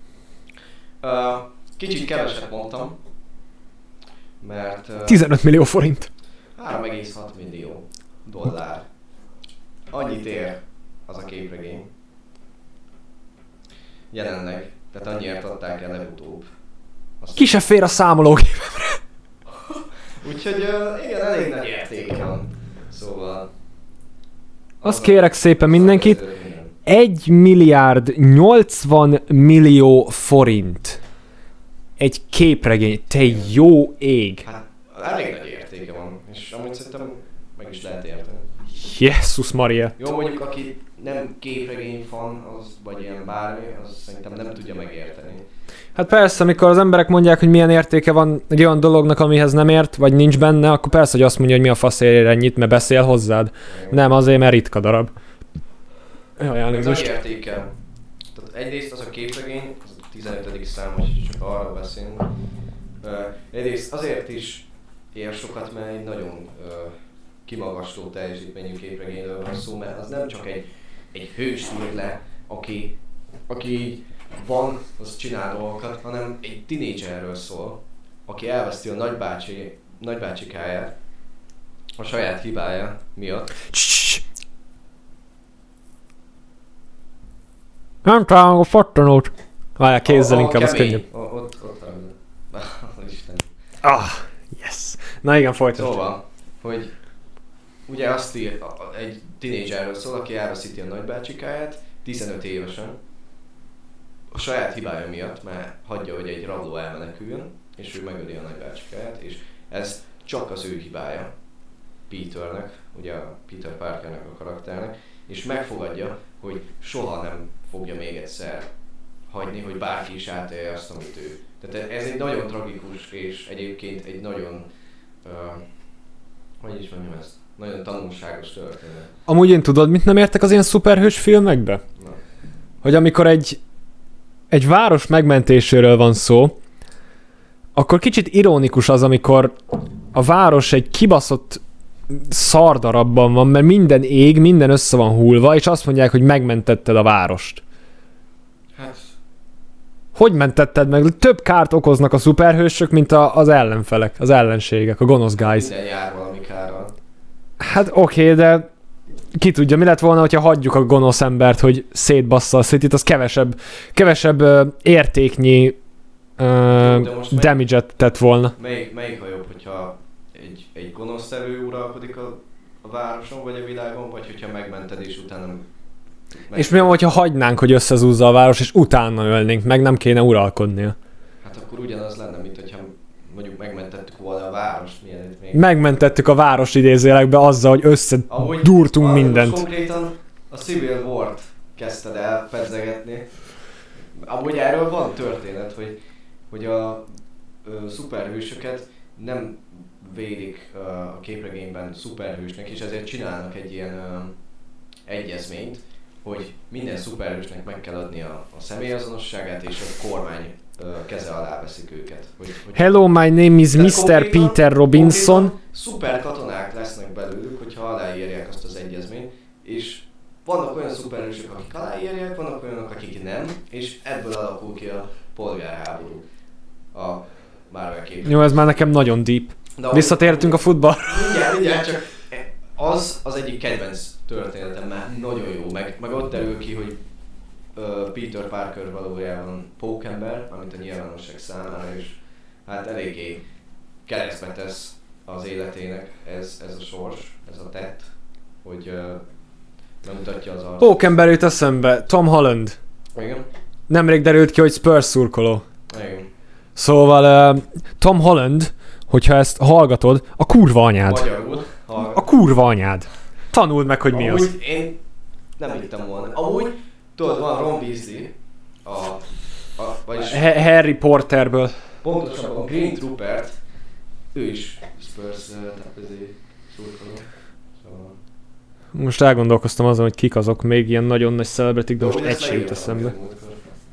Uh, kicsit keveset mondtam. Mert... Uh, tizenöt millió forint. három egész hat millió dollár. Annyit ér az a képregény. Jelenleg. Tehát annyiért adták el legutóbb. Azt Ki se fér a számológépemre. Úgyhogy uh, igen, elég nagy értéke van. Szóval... Azt kérek szépen mindenkit. egy milliárd nyolcvan millió forint. Egy képregény. Te jó ég. Hát elég nagy értéke van. És amúgy szerintem meg is lehet érteni. Jézus Maria. Jó, mondjuk aki nem képregény fan, az, vagy ilyen bármi, az szerintem nem tudja megérteni. Hát persze, amikor az emberek mondják, hogy milyen értéke van egy olyan dolognak, amihez nem ért, vagy nincs benne, akkor persze, hogy azt mondja, hogy mi a fasz ér ennyit, mert beszél hozzád. Nem, azért, mert ritka darab. Jaj, Nagy elnézést. értéke. Tehát egyrészt az a képregény, az a tizenötödik szám, hogy csak arra beszélünk. Uh, egyrészt azért is ér sokat, mert egy nagyon uh, kimagasló teljesítményű képregényről van szó, mert az nem csak egy, egy hős ír le, aki, aki van, az csinál dolgokat, hanem egy tinédzserről szól, aki elveszti a nagybácsi, nagybácsikáját a saját hibája miatt. Nem találom a pattanót. Várjál, kézzel A- a inkább, az kemény. könnyebb. O- Ott, ott van. Isten. Ah, yes. Na igen, folytasd. Szóval, hogy ugye azt ír, a- a- egy tinédzserről szól, aki elveszíti a nagybácsikáját, tizenöt évesen, a saját hibája miatt, mert hagyja, hogy egy rabló elmeneküljön, és ő megöli a nagybácsikáját, és ez csak az ő hibája, Peternek, ugye a Peter Parkernek a karakternek, és megfogadja, hogy soha nem fogja még egyszer hagyni, hogy bárki is átélje azt, amit ő. Tehát ez egy nagyon tragikus, és egyébként egy nagyon, uh, hogy is mondjam ezt, nagyon tanulságos történet. Amúgy én tudod, mit nem értek az ilyen szuperhős filmekbe? Na. Hogy amikor egy, egy város megmentéséről van szó, akkor kicsit ironikus az, amikor a város egy kibaszott szardarabban van, mert minden ég, minden össze van hullva, és azt mondják, hogy megmentetted a várost. Hát, Hogy mentetted meg? Több kárt okoznak a szuperhősök, mint a, az ellenfelek, az ellenségek, a gonosz guys. minden jár valami kárral. Hát oké, okay, de ki tudja, mi lett volna, hogyha hagyjuk a gonosz embert, hogy szétbassza a City-t, az kevesebb, kevesebb uh, értéknyi uh, de most mely- damage-et tett volna. Melyik, melyik a jobb, hogyha egy, egy gonosz erő uralkodik a, a városon vagy a világon, vagy hogyha megmented és utána... Meg... És mi van, hogyha hagynánk, hogy összezúzza a város, és utána ölnénk, meg nem kéne uralkodnia. Hát akkor ugyanaz lenne, mint hogyha mondjuk megmentettük volna a várost, mielőtt még... Megmentettük a város idézőjelekbe azzal, hogy összedurtunk Amúgy, mindent. Most konkrétan a Civil War-t kezdted el pedzegetni. Amúgy erről van történet, hogy, hogy a ö, szuperhősöket nem védik ö, a képregényben szuperhősnek, és ezért csinálnak egy ilyen ö, egyezményt, hogy minden szuperhősnek meg kell adni a, a személyazonosságát, és a kormány ö, keze alá veszik őket. Hogy, hogy Hello, my name is Tehát mister konkrétan- Peter Robinson. konkrétan Szuper katonák lesznek belőlük, hogyha aláírják azt az egyezményt, és vannak olyan szuperhősök, akik aláírják, vannak olyanok, akik nem, és ebből alakul ki a polgárháború a Marvel képben. Jó, ez már nekem nagyon deep. Visszatértünk a futball. Mindjárt, mindjárt, csak az az egyik kedvenc történetem, már nagyon jó, meg, meg ott derül ki, hogy uh, Peter Parker valójában pókember, amit a nyilvánosság számára is hát eléggé keresztbe tesz az életének ez, ez a sors, ez a tett, hogy uh, bemutatja az arcot. Pókember jut eszembe, Tom Holland. Igen? Nemrég derült ki, hogy Spurs szurkoló. Igen. Szóval uh, Tom Holland, hogyha ezt hallgatod, a kurva anyád. Magyarul. Hallgat. A kurva anyád. Tanuld meg, hogy mi az. Amúgy én nem hittem volna. Amúgy, tudod, van Ron Weasley, a, a vagyis Ha- Harry Potterből. pontosabban Green Troopert, ő is Spurs uh, tepezé szurkoló. Szóval... Most elgondolkoztam azon, hogy kik azok még ilyen nagyon nagy celebritik, de Jó, most hogy egy ezt sem jut leírtam eszembe. még múltkor.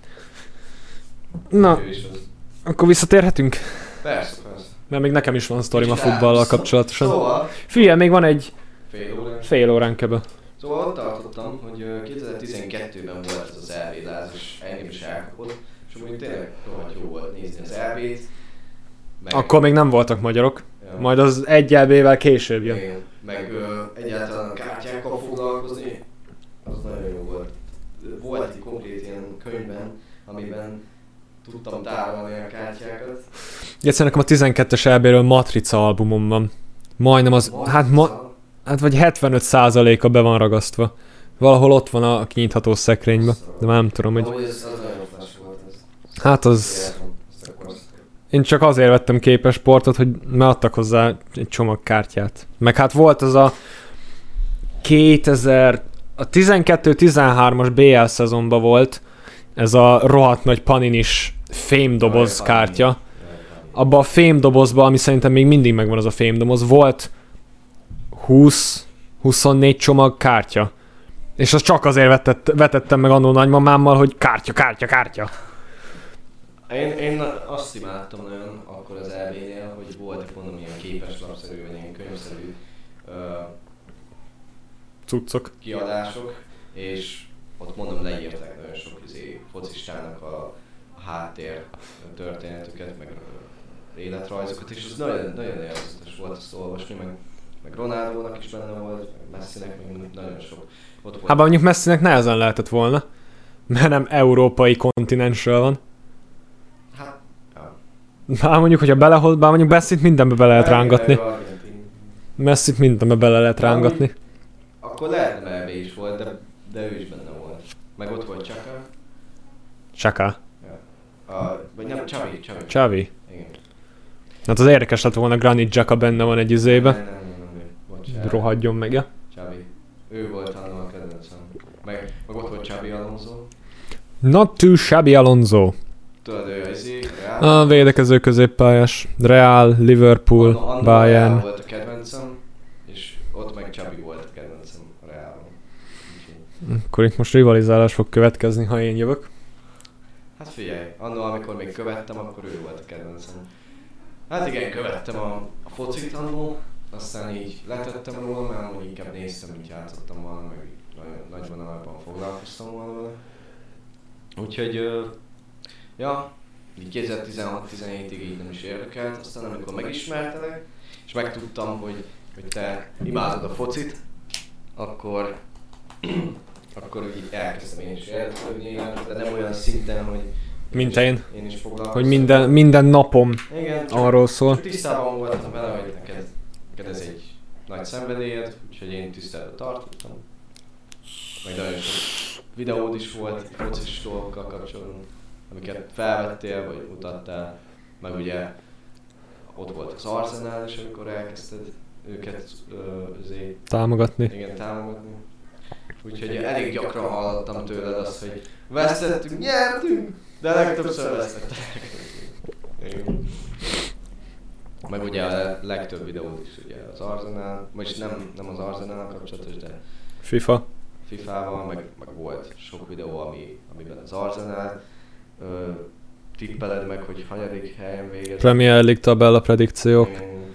Na, Ő is az. akkor visszatérhetünk? Persze, persze. Mert még nekem is van sztorim a Kicsit futballal elvisz. kapcsolatosan. Szóval, Figyelj, még van egy fél órán. fél órán kb. Szóval ott tartottam, hogy ö, kétezer-tizenkettőben volt ez az elvédáz, és engem is elkapott. És amúgy tényleg rohadt jó volt nézni az elvét. Meg, Akkor még nem voltak magyarok. ja, Majd az egy elvével később jön. igen, meg ö, egyáltalán a kártyákkal foglalkozni, az nagyon jó volt. Volt egy konkrét ilyen könyvben, amiben tudtam tárolni a kártyákat. Egyszer nekem a tizenkettes elvéről Matrica albumom van. Majdnem az, hát, ma, hát vagy hetvenöt százaléka be van ragasztva. Valahol ott van a kinyitható szekrényben, de már nem tudom, hogy... Ahogy ez az nagyon flash volt ez. Hát az... Értem, ezt akkor azt- Én csak azért vettem képes sportot, hogy mert adtak hozzá egy csomag kártyát. Meg hát volt az a kétezer... A tizenkettő tizenhármas bé el szezonban volt ez a rohadt nagy Paninis fémdoboz kártya. Abba a fémdobozba, ami szerintem még mindig megvan az a fémdoboz, volt húsz huszonnégy csomag kártya. És azt csak azért vetett, vetettem meg annó nagymamámmal, hogy kártya, kártya, kártya. Én, én azt imádtam nagyon akkor az é bé-nél, hogy voltak mondom ilyen képes lapszerű, vagy ilyen könyvszerű uh, cuccok, kiadások, és ott mondom leírták nagyon sok izé, focistának a, a háttér történetüket, meg uh, életrajzokat, és az nagyon, nagyon élvezetes volt azt olvasni, meg, meg Ronaldónak is benne volt, meg Messinek, meg nagyon sok. Ott volt. Hát mondjuk Messinek nehezen lehetett volna, mert nem európai kontinensről van. Hát, ja. Bár mondjuk, hogyha belehol, bár mondjuk Messit mindenbe bele lehet rángatni. Messit mindenbe bele lehet rángatni. Akkor lehet nem é bé is volt, de, de ő is benne volt. Meg ott volt Chaka. Chaka. Ja. A, vagy nem, Xavi. Xavi. Xavi. Igen. Hát az érdekes lett volna, Granit Xhaka benne van egy izébe. Nem, nem, nem, nem, nem. Rohadjon meg, ja. Xavi. Ő volt annól a kedvencem. Meg, meg ott volt Xabi Alonso. Not too shabby Alonso. Tudod, ő izé, A védekező középpályás. Real, Liverpool, Anno, anno Bayern. Real volt a kedvencem, és ott meg Xabi volt a kedvencem a Realon. Akkor itt most rivalizálás fog következni, ha én jövök. Hát figyelj, annól amikor még követtem, akkor ő volt a kedvencem. Hát igen, követtem a, a focit annól, aztán így letettem róla, mert amúgy inkább néztem, mint játszottam volna, meg nagyon nagy vonalban foglalkoztam volna vele. Úgyhogy, uh, ja, így kétezer-tizenhat tizenhétig így nem is érdekelt, aztán amikor megismertelek, és megtudtam, hogy, hogy te imádod a focit, akkor, akkor így elkezdtem én is érdeklődni, de nem olyan szinten, hogy Mint én. Én is foglalkoztam. Hogy minden, minden napom igen, arról szól. Tisztában voltam vele, hogy neked, neked ez egy nagy szenvedélyed, úgyhogy én tiszteletben tartottam. Meg nagyon sok videód is volt focis dolgokkal kapcsolatban, amiket felvettél vagy mutattál. Meg ugye ott volt az Arsenal is, amikor elkezdted őket azért támogatni. Igen, támogatni. Úgyhogy elég gyakran hallottam tőled azt, hogy vesztettünk, nyertünk, de legtöbbször vesztettek. Meg ugye a legtöbb videót is ugye az Arsenal, vagyis nem, nem az Arsenal kapcsolatos, de FIFA. FIFA-val, meg, meg volt sok videó, ami, amiben az Arsenal ö, tippeled meg, hogy hanyadik helyen végez. Premier League tabella predikciók.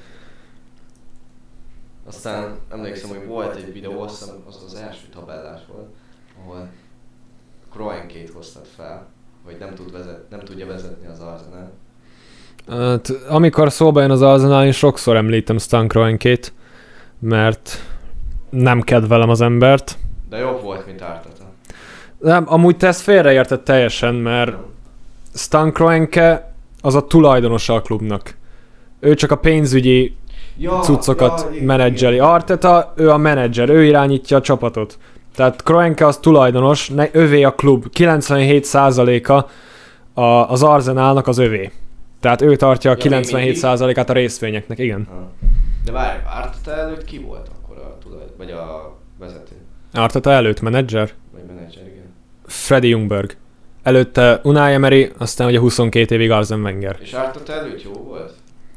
Aztán emlékszem, hogy volt egy videó, azt hiszem, az az első tabellás volt, ahol Kroenkét hoztad fel, hogy nem, tud vezet, nem tudja vezetni az Arsenal. Hát, amikor szóba jön az Arsenal, én sokszor említem Stan Kroenkét, mert nem kedvelem az embert. De jobb volt, mint Arteta. Nem, amúgy te ezt félreérted teljesen, mert nem. Stan Kroenke az a tulajdonosa a klubnak. Ő csak a pénzügyi ja, cuccokat ja, menedzseli. Arteta, ő a menedzser, ő irányítja a csapatot. Tehát Kroenke az tulajdonos, ne, övé a klub. kilencvenhét százaléka a, az Arsenalnak az övé. Tehát ő tartja a ja, kilencvenhét százalékát a részvényeknek, igen. Ha. De várj, Arteta előtt ki volt akkor a tulajdonos, vagy a vezető? Arteta előtt menedzser? Vagy menedzser, igen. Freddie Ljungberg. Előtte Unai Emery, aztán ugye huszonkét évig Arsene Wenger. És Arteta előtt jó volt?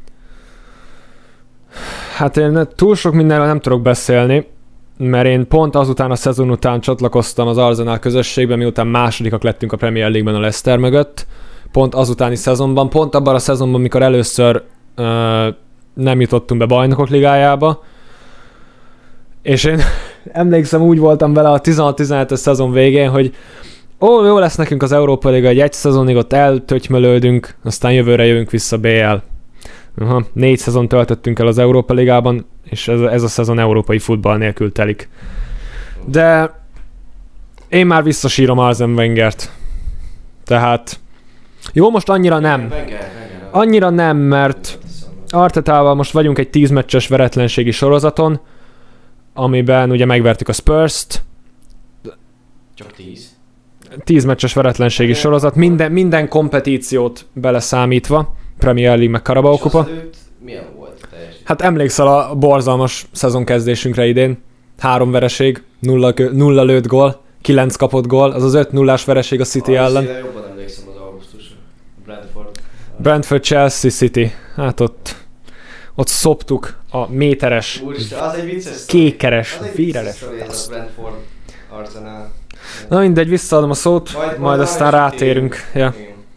Hát én túl sok mindenről nem tudok beszélni, mert én pont azután a szezon után csatlakoztam az Arsenal közösségbe, miután másodikak lettünk a Premier League-ben a Leicester mögött. Pont azutáni szezonban, pont abban a szezonban, mikor először uh, nem jutottunk be Bajnokok Ligájába. És én emlékszem, úgy voltam vele a tizenhat tizenhetes szezon végén, hogy ó, jó lesz nekünk az Európa Liga, egy egy szezonig ott eltötymölődünk, aztán jövőre jövünk vissza bé el. Aha, négy szezon töltöttünk el az Európa Ligában, és ez, ez a szezon európai futball nélkül telik. De én már visszasírom Arsene Wengert. Tehát jó, most annyira nem. Annyira nem, mert Artetával most vagyunk egy tíz meccses veretlenségi sorozaton, amiben ugye megvertük a Spurs-t. Csak tíz? tíz meccses veretlenségi sorozat, minden, minden kompetíciót beleszámítva. Premier League meg Carabao kupa. Milyen volt teljesen? Hát emlékszel a borzalmas szezonkezdésünkre idén. Három vereség, nulla, nulla lőtt gól, kilenc kapott gól, az az öt nullás vereség a City a ellen. Jobban emlékszem az augusztus. Brentford. Brentford, Chelsea, City. Hát ott, ott szoptuk a méteres, Úristen, az egy vicces kékeres, az egy víreres. vicces Brentford a Arsenal. Na mindegy, visszaadom a szót, majd, majd, majd aztán rátérünk. Ja.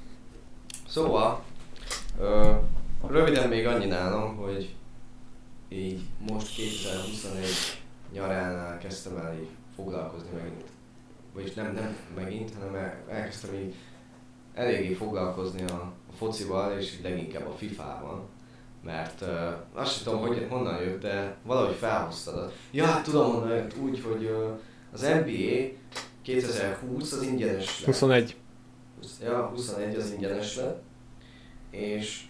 Szóval, ö, röviden még annyi nálam, hogy így most kétezer-huszonegy nyaránál kezdtem el így foglalkozni megint. Vagyis nem, nem megint, hanem el, elkezdtem így eléggé foglalkozni a, a focival és leginkább a fifával. Mert uh, azt sem tudom, hogy honnan jött, de valahogy felhoztad. Ja, hát tudom honnan jött úgy, hogy uh, az en bé á kétezer-húsz az ingyenes lett. huszonegy. Ja, huszonegy az ingyenes lett. És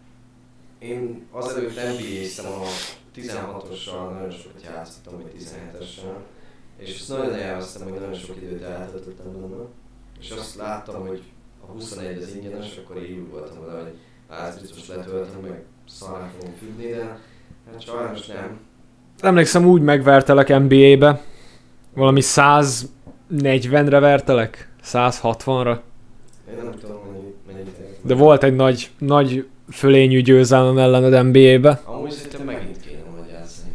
én azelőtt en bé á-ztem a tizenhatossal, nagyon sokat játszottam, vagy tizenhetessel. És azt nagyon elvesztem, hogy nagyon sok időt eltöltöttem benne. És azt láttam, hogy a huszonegy az ingyenes, akkor így úgy voltam vele, hogy hát biztos letöltöm, meg szarán fogom függni, de hát sajnos nem. Emlékszem, úgy megvertelek en bé á-be. Valami száznegyvenre vertelek? százhatvanra? Én nem tudom, mennyit, mennyit értem. De volt egy nagy, nagy fölényű győzelmem ellened en bé á-be. Amúgy szerintem megint kéne majd játszani.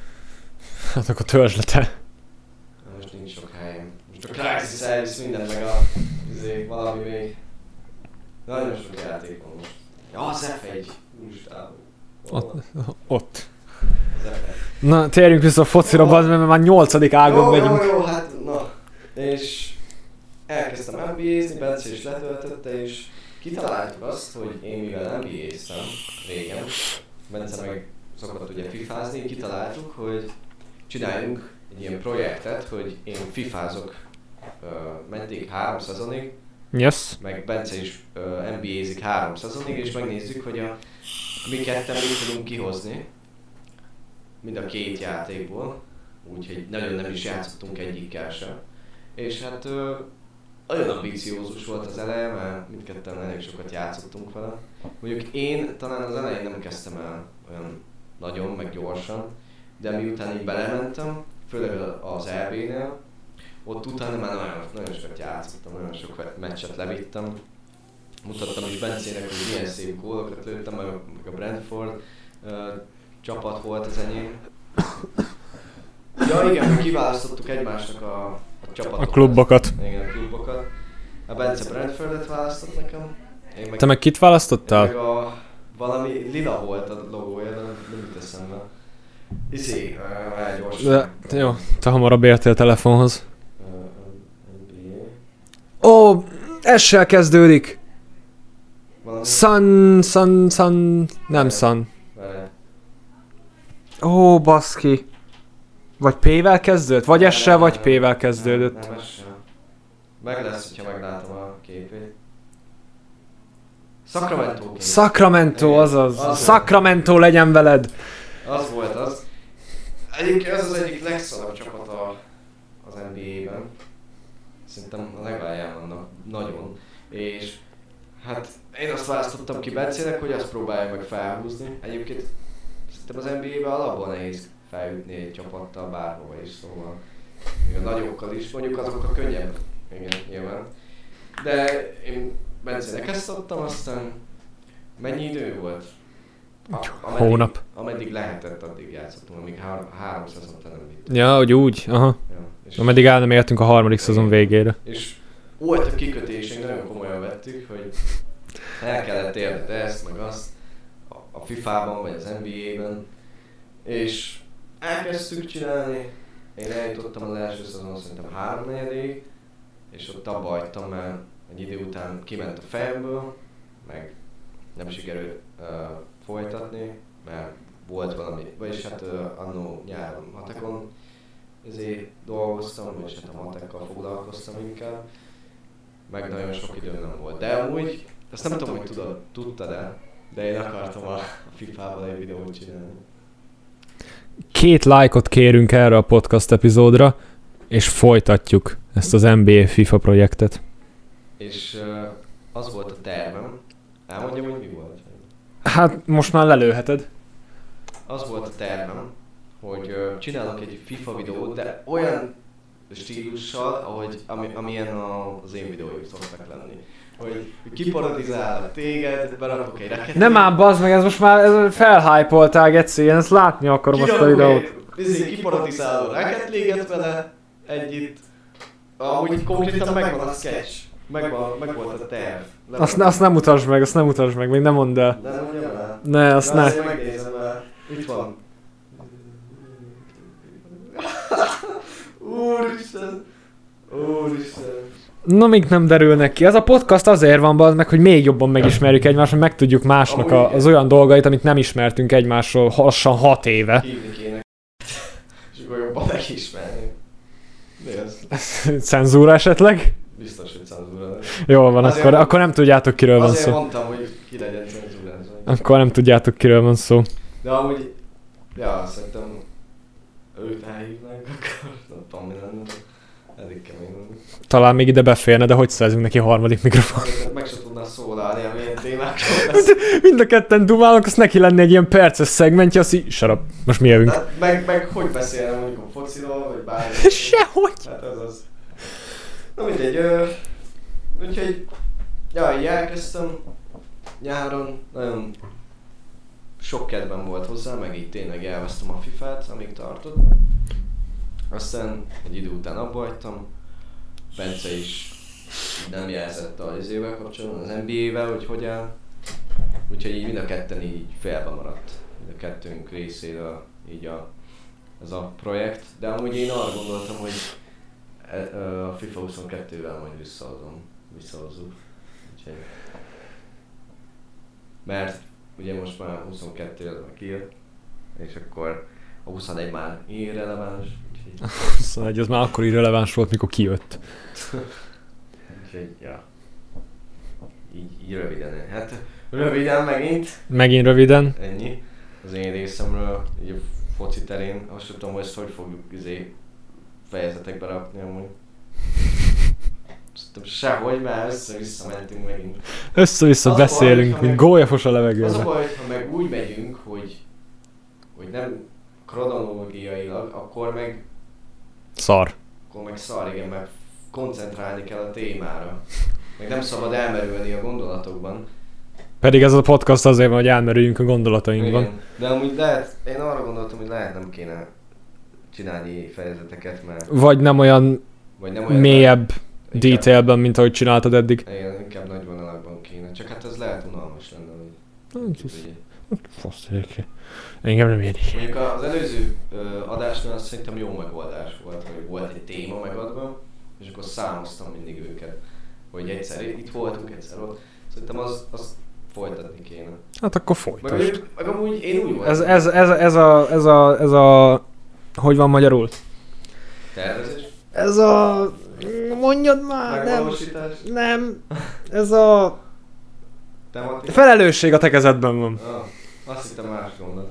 Hát akkor törzs le te. Most nincs sok helyem. Most a Crysis elvisz mindent, meg a izé, valami még. Nagyon sok játék van most. Ja, az ef egy. Úristen. Ott. ott. Az ef egy. Na, térjünk vissza a focira, oh. Bazd, mert már nyolcadik ágon jó, megyünk. Jó, jó, hát na. És elkezdtem en bé á-zni, Bence is letöltötte, és kitaláltuk azt, hogy én mivel en bé á-ztem régen, Bence meg szokott ugye fifázni, kitaláltuk, hogy csináljunk egy ilyen projektet, hogy én fifázok uh, meddig három szezonig, yes. meg Bence is uh, en bé á-zik három szezonig, és megnézzük, hogy a mi ketten mit tudunk kihozni mind a két játékból, úgyhogy nagyon nem is játszottunk egyikkel sem. És hát uh, olyan ambiciózus volt az eleje, mert mindketten elég sokat játszottunk vele. Mondjuk én talán az elején nem kezdtem el olyan nagyon, meg gyorsan, de miután így belementem, főleg az er bé-nél, ott utána már nagyon, nagyon sokat játszottam, nagyon sok meccset levittem. Mutattam is Bencének, hogy milyen szép gólokat lőttem, meg a Brentford uh, csapat volt az enyém. Ja igen, mi kiválasztottuk egymásnak a, a csapatokat. A klubokat. Igen, a klubokat. A Bence Brentfordet választott nekem. Én meg, te meg kit választottál? Meg a valami lila volt a logója, de nem jut eszembe. Iszi, uh, gyorsan. De, jó, te hamarabb értél telefonhoz. Ó, oh, essel kezdődik. Valami? Sun, sun, sun, nem sun. Ó, oh, baszki. Vagy P-vel kezdődött? Vagy S-sel, vagy P-vel kezdődött? Nem, nem S-sel. Meg lesz, hogyha meglátom a képét. Sacramento. Sacramento, azaz. Az Sacramento legyen veled. Az volt az. Egyébként ez az egyik legszarabb csapat a, az en bé á-ben. Szerintem a legalján vannak nagyon. És hát én azt választottam ki Bencének, hogy azt próbálja meg felhúzni. Egyébként szerintem az en bé á-ben alapból nehéz feljutni egy csapattal bárhova is, szóval még a nagyokkal is, mondjuk azokkal könnyebb, igen, nyilván. De én Bencének ezt adtam, aztán mennyi idő volt? A, ameddig, hónap. Ameddig lehetett, addig játszottunk, amíg há- három szezont nem vittem. Ja, hogy úgy, aha. Ja, és ameddig el nem értünk a harmadik szezon végére. És volt a kikötésünk, nagyon komolyan vettük, hogy el kellett érni ezt, meg azt a, a fifában, vagy az en bé á-ben. És elkezdtük csinálni, én eljutottam az első szezon szerintem háromnegyedig, és ott abba hagytam, mert egy idő után kiment a fejemből, meg nem sikerült uh, folytatni, mert volt valami, vagyis hát uh, annó nyáron matekon ezért dolgoztam, és hát a matekkal foglalkoztam inkább, meg nagyon sok idő nem volt. De amúgy, azt nem tudom, hogy tudod, tudtad-e, de én akartam a, a fifával egy videót csinálni. Két lájkot kérünk erre a podcast epizódra, és folytatjuk ezt az en bé á FIFA projektet. És uh, az volt a tervem. Elmondjam, hogy mi volt? Hát most már lelőheted. Az volt a tervem, hogy uh, csinálok egy FIFA videót, de olyan stílussal, ahogy, ami, amilyen a, az én videóim szoktak lenni. Hogy kiparodizálok téged, berakok egy rakettét. Nem ám, bazd meg, ez most már felhypoltál, Geci, én ezt látni akarom azt a videót. Kiparodizálok rakettléget vele együtt, Amúgy konkrétan megvan a sketch. Megvan, meg volt a terv. Azt, azt nem mutasd meg, azt nem mutasd meg, még nem mondd el. De nem mondjam el. Ne, azt Na, ne. azért megnézem el. Itt van. Úristen. Úristen. Na, még nem derülnek ki. Ez a podcast azért van, bazd meg, hogy még jobban megismerjük egymást, hogy megtudjuk másnak a, az olyan dolgait, amit nem ismertünk egymásról lassan hat éve. Hívni kéne. És akkor jobban megismerni. De ez Cenzúra esetleg? biztos, hogy cenzúra lesz. Jól van, Azért akkor, mond- akkor nem tudjátok, kiről van Azért szó. mondtam, hogy ki legyen cenzúrázva. Akkor nem tudjátok, kiről van szó. De amúgy, ja, szerintem őt elhívnánk, akkor nem tudom mi lenne. Elég kemény lenne. Talán még ide beférne, de hogy szerzünk neki harmadik mikrofon? Azért meg se tudná szólalni, amilyen témákról lesz. Mind a ketten dumálunk, azt neki lenne egy ilyen perces szegmentje, azt így, sarap, most mi jövünk. De meg, meg hogy beszélnem mondjuk a fociról, vagy bármi. Sehogy! Hát ez az. Na mindegy, ö, úgyhogy, ja, így elkezdtem nyáron, nagyon sok kedvem volt hozzá, meg így tényleg elvesztem a fifát, amíg tartott. Aztán egy idő után abba hagytam, Bence is nem jelzett az izével kapcsolatban, az en bé á-vel, hogy hogy áll. Úgyhogy így mind a ketten így félbe maradt, mind a kettőnk részéről így a, ez a projekt. De amúgy én arra gondoltam, hogy a FIFA huszonkettővel majd visszahozom, visszahozzuk. Úgyhogy... Mert ugye most már huszonkettő az már kijött, és akkor a huszonegy már irreleváns. Úgyhogy... huszonegy az már akkor irreleváns volt, mikor kijött. Úgyhogy, ja. Így, így röviden. Hát röviden megint. Megint röviden. Ennyi. Az én részemről, így a foci terén. Azt tudom, hogy ezt hogy fogjuk izé fejezetekbe rakni amúgy. Szerintem sehogy, mert össze-vissza mentünk megint. Össze-vissza Az beszélünk, baj, mint meg- gólyafos a Az a levegőben. baj, ha meg úgy megyünk, hogy, hogy nem kronológiailag, akkor meg, Szar. akkor meg szar, igen, meg koncentrálni kell a témára. Meg nem szabad elmerülni a gondolatokban. Pedig ez a podcast azért van, hogy elmerüljünk a gondolatainkban. Igen. De amúgy lehet, én arra gondoltam, hogy lehet nem kéne csinálni fejezeteket, mert... Vagy nem olyan Vagy nem olyan... mélyebb inkább- detailben, mint ahogy csináltad eddig. Igen, inkább nagy vonalakban kéne. Csak hát ez lehet unalmas lenne, hogy... ugye. Fasz, engem nem érdekel. Mondjuk az előző ö, adásnál azt szerintem jó megoldás volt, hogy volt egy téma megadva, és akkor számoztam mindig őket, hogy egyszer itt voltunk, egyszer ott. Szerintem az, azt folytatni kéne. Hát akkor Meg, folytasd. úgy- meg amúgy én úgy voltam. Ez, ez, ez, ez, a, ez, a, ez a... Hogy van magyarul? Tervezés, Ez a... Mondjad már, nem. megvalósítás, Nem. Ez a... tematika. Felelősség a te kezedben van. Ah, azt hittem más gondolat.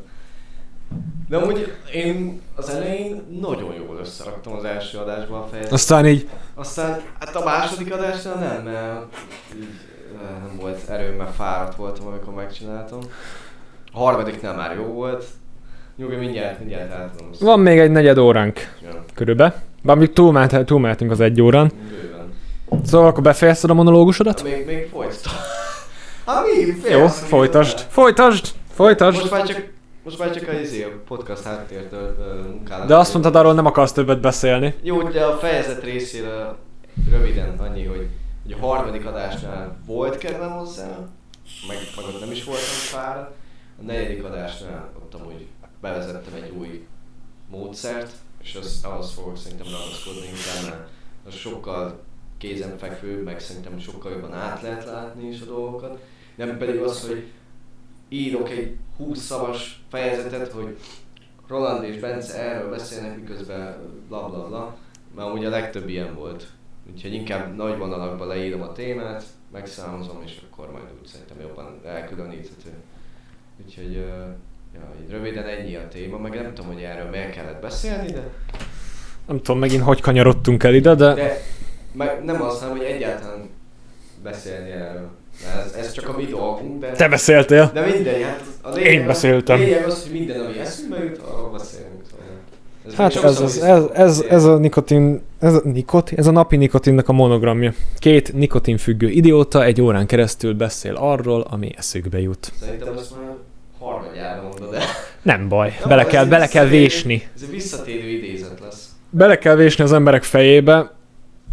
De amúgy én az elején nagyon jól összeraktam az első adásban a fejezetet. Aztán így... Aztán hát a második adásnál nem, mert így eh, nem volt erőm, mert fáradt voltam, amikor megcsináltam. A harmadiknál már jó volt. Nyugi, mindjárt, mindjárt el tudom. Van még egy negyed óránk Ja, körülbelül. Bár még túlmehet, túlmehetünk az egy órán. bőven. Szóval akkor befejezted a monológusodat? Még, még folytatom. Hát mi? Jó, Fejeztem, folytasd. minden. Folytasd! Folytasd! Most már csak, most már csak a, izé, a podcast háttértől uh, munkálom. De azt mondtad, arról nem akarsz többet beszélni. Jó, de a fejezet részéről röviden annyi, hogy, hogy a harmadik adásnál volt kedvem hozzá, meg, meg ott nem is voltam fáradt. A negyedik adásnál ott amúgy bevezettem egy új módszert, és az, ahhoz fogok szerintem ragaszkodni inkább, mert az sokkal kézenfekvőbb, meg szerintem sokkal jobban át lehet látni is a dolgokat. Nem pedig az, hogy írok egy húsz szavas fejezetet, hogy Roland és Bence erről beszélnek, miközben bla bla bla, mert amúgy a legtöbb ilyen volt. Úgyhogy inkább nagy vonalakban leírom a témát, megszámozom, és akkor majd úgy szerintem jobban elkülöníthető. Úgyhogy uh, ja, így röviden ennyi a téma, meg nem tudom, hogy erről miért kellett beszélni, de... Nem tudom megint, hogy kanyarodtunk el ide, de... De meg nem azt hanem, hogy egyáltalán beszélni erről. Ez, ez csak a mi dolgunk, de... Te beszéltél? De mindegy, hát a Én beszéltem. A lényeg az, hogy minden, ami eszünkbe jut, arról beszélünk. Szóval. Ez Hát még ez, sokszor az, ez, vissza- ez, ez a nikotin, ez a, nikotin, ez a napi nikotinnak a monogramja. Két nikotinfüggő idióta egy órán keresztül beszél arról, ami eszükbe jut. Szerintem azt már harmadjára mondod, de... Nem baj, Nem, bele ez kell, egy bele kell visszatérő- vésni. Ez egy visszatérő idézet lesz. Bele kell vésni az emberek fejébe,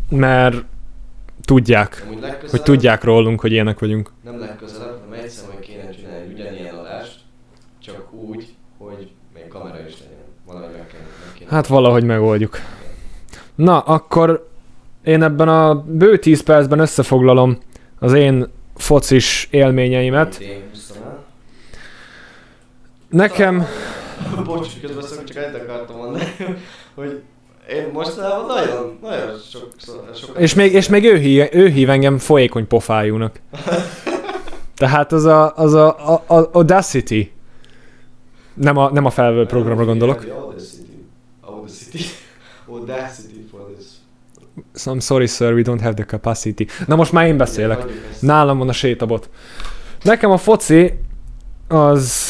mert tudják, hogy tudják rólunk, hogy ilyenek vagyunk. Nem legközelebb, hanem egyszer majd kéne csinálni egy ugyanilyen adást, csak úgy, hogy még kamera is legyen. Valahogy meg kéne, meg kéne. Hát valahogy megoldjuk. Na, akkor én ebben a bő tíz percben összefoglalom az én focis élményeimet. Én húztam el. Nekem... Bocs, közben szok, csak egyet akartam mondani, hogy én mostanában nagyon, nagyon sok, sok... És még, és még ő, hív, ő hív engem folyékony pofájúnak. Tehát az a, az a, a, a Audacity. Nem a, nem a felvő programra gondolok. Audacity. Audacity. Audacity for this. So I'm sorry sir, we don't have the capacity. Na most már én beszélek. Nálam van a sétabot. Nekem a foci az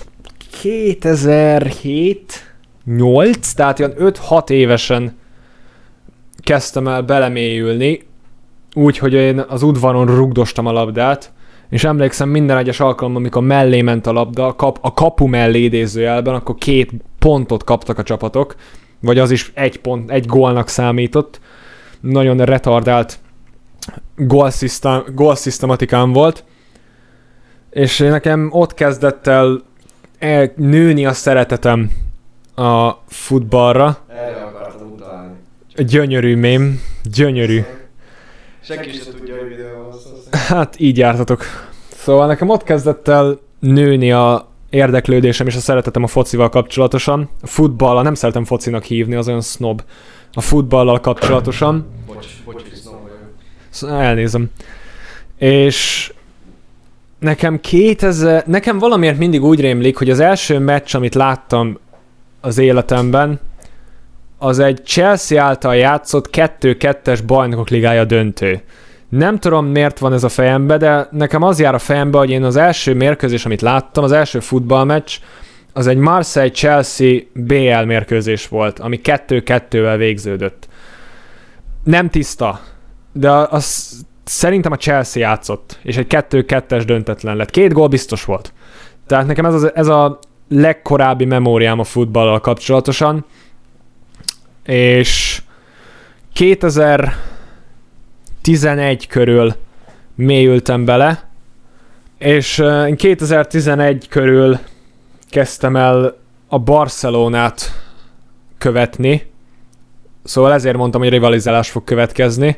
kétezer-hét nyolc, tehát ilyen öt-hat évesen kezdtem el belemélyülni, úgy, hogy én az udvaron rugdostam a labdát, és emlékszem minden egyes alkalommal, amikor mellé ment a labda, a, kap, a kapu mellé idézőjelben, akkor két pontot kaptak a csapatok, vagy az is egy pont, egy gólnak számított. Nagyon retardált gólszisztematikám volt, és nekem ott kezdett el nőni a szeretetem a futballra. Erre akartam utalni. Gyönyörű mém, gyönyörű. Senki sem tudja, hogy videó van szó. Hát így jártatok. Szóval nekem ott kezdett el nőni a érdeklődésem és a szeretetem a focival kapcsolatosan. A futballal, nem szeretem focinak hívni, az olyan snob. A futballal kapcsolatosan. Bocs, bocs, hogy snob vagyok. Szóval elnézem. És nekem kétezer... Nekem valamiért mindig úgy rémlik, hogy az első meccs, amit láttam az életemben, az egy Chelsea által játszott kettő kettes bajnokok ligája döntő. Nem tudom, miért van ez a fejembe, de nekem az jár a fejembe, hogy én az első mérkőzés, amit láttam, az első futballmeccs, az egy Marseille-Chelsea bé el mérkőzés volt, ami kettő kettővel végződött. Nem tiszta, de az szerintem a Chelsea játszott, és egy kettő kettes döntetlen lett. Két gól biztos volt. Tehát nekem ez, az, ez a legkorábbi memóriám a futballal kapcsolatosan, és kétezer-tizenegy körül mélyültem bele, és én kétezer-tizenegy körül kezdtem el a Barcelonát követni, szóval ezért mondtam, hogy rivalizálás fog következni,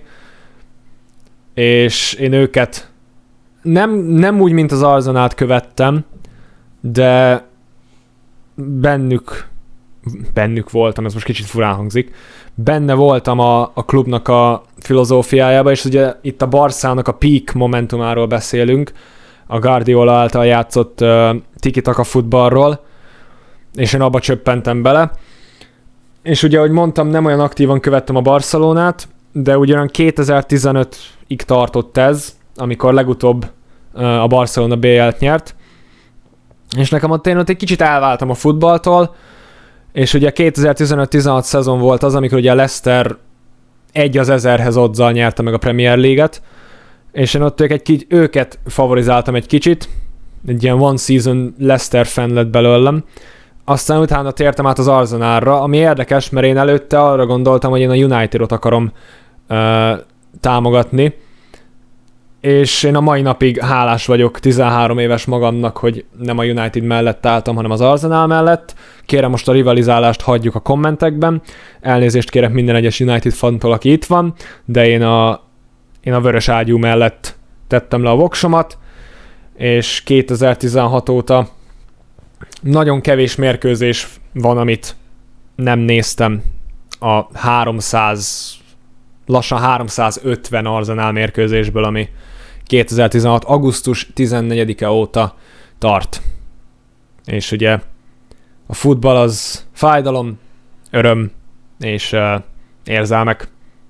és én őket nem, nem úgy, mint az Arsenalt követtem, de bennük bennük voltam, ez most kicsit furán hangzik, benne voltam a, a klubnak a filozófiájába, és ugye itt a Barszának a peak momentumáról beszélünk, a Guardiola által játszott uh, tiki-taka futballról, és én abba csöppentem bele. És ugye, ahogy mondtam, nem olyan aktívan követtem a Barcelonát, de ugyan kétezer-tizenötig tartott ez, amikor legutóbb uh, a Barcelona bé el-t nyert, és nekem ott én ott egy kicsit elváltam a futballtól, és ugye kétezer-tizenöt-tizenhat szezon volt az, amikor ugye a Leicester egy az ezerhez oddzal nyerte meg a Premier League-et, és én ott egy kicsit, őket favorizáltam egy kicsit, egy ilyen one season Leicester fan lett belőlem, aztán utána tértem át az Arsenalra, ami érdekes, mert én előtte arra gondoltam, hogy én a Unitedot akarom uh, támogatni, és én a mai napig hálás vagyok tizenhárom éves magamnak, hogy nem a United mellett álltam, hanem az Arsenal mellett. Kérem, most a rivalizálást hagyjuk a kommentekben. Elnézést kérek minden egyes United fantól, aki itt van, de én a, én a vörös ágyú mellett tettem le a voksomat, és kétezer-tizenhat óta nagyon kevés mérkőzés van, amit nem néztem a háromszáz, lassan háromszázötven Arsenal mérkőzésből, ami kétezer-tizenhat. augusztus tizennegyedike óta tart. És ugye a futball az fájdalom, öröm és uh, érzelmek.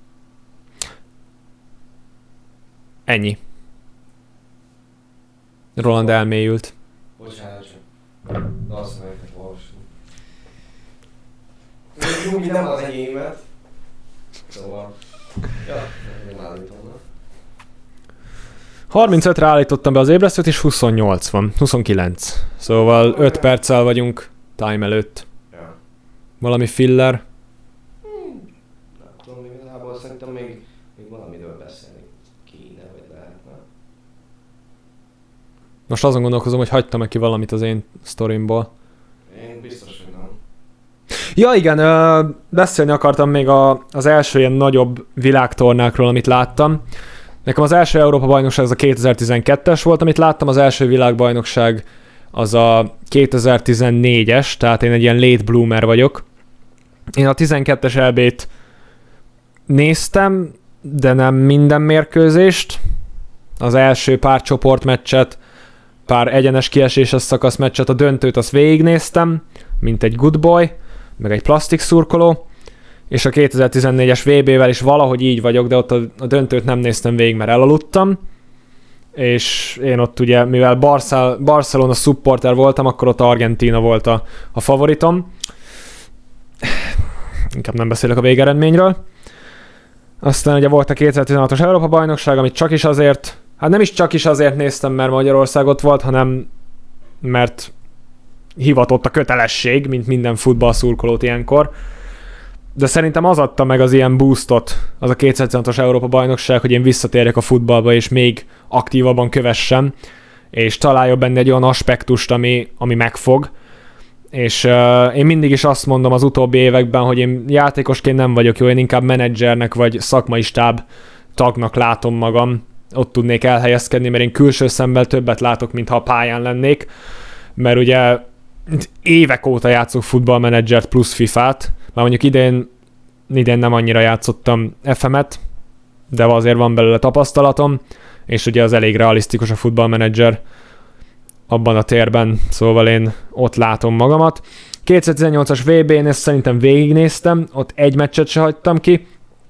Ennyi. Roland elmélyült. Bocsánat, csak azt mondjuk, hogy olvasni. Nyugi nem az enyémet. Szóval... Ja, nem állítom. harmincötre állítottam be az ébresztőt, és huszonnyolc van. huszonkilenc. Szóval öt perccel vagyunk time előtt. Ja. Valami filler. Hmm. Nem tudom, igazából szerintem még Most azon gondolkozom, hogy hagytam-e ki valamit az én sztorimból. Én biztos, hogy nem. Ja igen, ö, beszélni akartam még a, az első ilyen nagyobb világtornákról, amit láttam. Nekem az első Európa-bajnokság az a kétezer-tizenkettes volt, amit láttam, az első világbajnokság az a kétezer-tizennégyes, tehát én egy ilyen late bloomer vagyok. Én a tizenkettes é bét néztem, de nem minden mérkőzést. Az első pár csoportmeccset, pár egyenes kieséses szakaszmeccset, a döntőt azt végignéztem, mint egy good boy, meg egy plastik szurkoló, és a kétezer-tizennégyes vé bével is valahogy így vagyok, de ott a, a döntőt nem néztem végig, mert elaludtam, és én ott ugye, mivel Barca, Barcelona supporter voltam, akkor ott Argentína volt a, a favoritom. Inkább nem beszélek a végeredményről. Aztán ugye volt a kétezer-tizenhatos Európa-bajnokság, amit csak is azért, hát nem is csak is azért néztem, mert Magyarország ott volt, hanem mert hivatott a kötelesség, mint minden futballszurkolót ilyenkor. De szerintem az adta meg az ilyen boostot, az a kétezer-tizenhatos Európa-bajnokság, hogy én visszatérjek a futballba, és még aktívabban kövessem, és találjon benne egy olyan aspektust, ami, ami megfog. És uh, én mindig is azt mondom az utóbbi években, hogy én játékosként nem vagyok jó, én inkább menedzsernek vagy szakmai stáb tagnak látom magam. Ott tudnék elhelyezkedni, mert én külső szemmel többet látok, mintha a pályán lennék. Mert ugye évek óta játszok futballmenedzsert plusz fifát. Már mondjuk idén, idén nem annyira játszottam ef em-et, de azért van belőle tapasztalatom, és ugye az elég realisztikus a futballmenedzser abban a térben, szóval én ott látom magamat. kétezer-tizennyolcas vé bén ezt szerintem végignéztem, ott egy meccset se hagytam ki.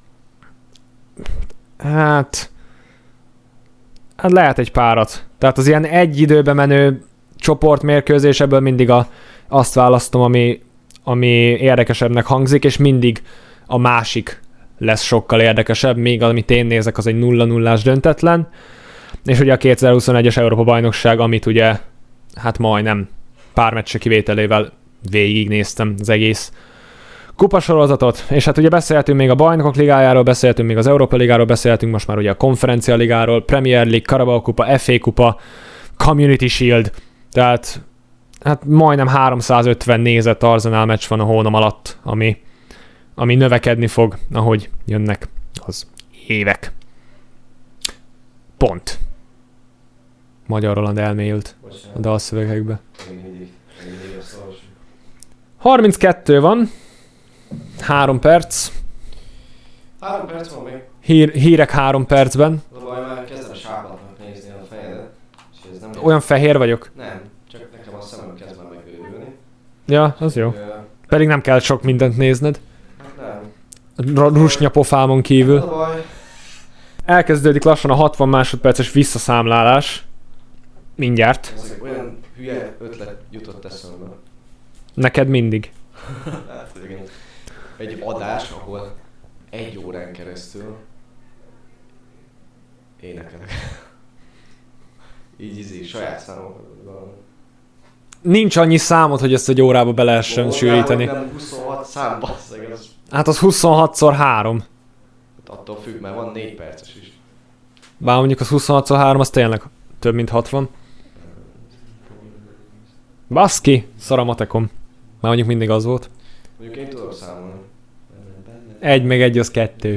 Hát... Hát lehet egy párat. Tehát az ilyen egy időbe menő csoportmérkőzésebből mindig a, azt választom, ami, ami érdekesebbnek hangzik, és mindig a másik lesz sokkal érdekesebb, még amit én nézek, az egy nulla nullás döntetlen. És ugye a kétezer-huszonegyes Európa-bajnokság, amit ugye, hát majdnem pár meccse kivételével végignéztem az egész kupasorozatot, és hát ugye beszélhetünk még a Bajnokok Ligájáról, beszélhetünk még az Európa Ligáról, beszélhetünk most már ugye a Konferencia Ligáról, Premier League, Carabao Kupa, ef á Kupa, Community Shield, tehát hát majdnem háromszázötven nézett Arsenal meccs van a hónam alatt, ami, ami növekedni fog, ahogy jönnek az évek. Pont. Magyar Roland elmélyült a dalszövegekbe. harminckettő van. Három perc. Három perc van még. Hír, hírek három percben. Az a baj, már kezdem sápatnak nézni a fejedet. És ez nem olyan fehér vagyok? Nem, csak nekem a szemem kezd már megőrülni. Ja, az jó. Ö... Pedig nem kell sok mindent nézned. Hát nem. A rusnyapofámon kívül. Az a baj. Elkezdődik lassan a hatvan másodperces visszaszámlálás. Mindjárt. Ez olyan hülye ötlet jutott eszembe. Neked mindig. Hát, igen. Egy adás, ahol egy órán keresztül énekelek. Így izé, saját számokat. Nincs annyi számot, hogy ezt egy órába be lehessen Ó, sűríteni. Nem huszonhat szám, basszeg, az... Hát az huszonhatszor három. Attól függ, mert van négy perces is. Bár mondjuk az huszonhatszor három, az tényleg több mint hatvan. Baszki, szar a matekom. Már mondjuk mindig az volt. Mondjuk én tudok számolni. Egy meg egy az kettő.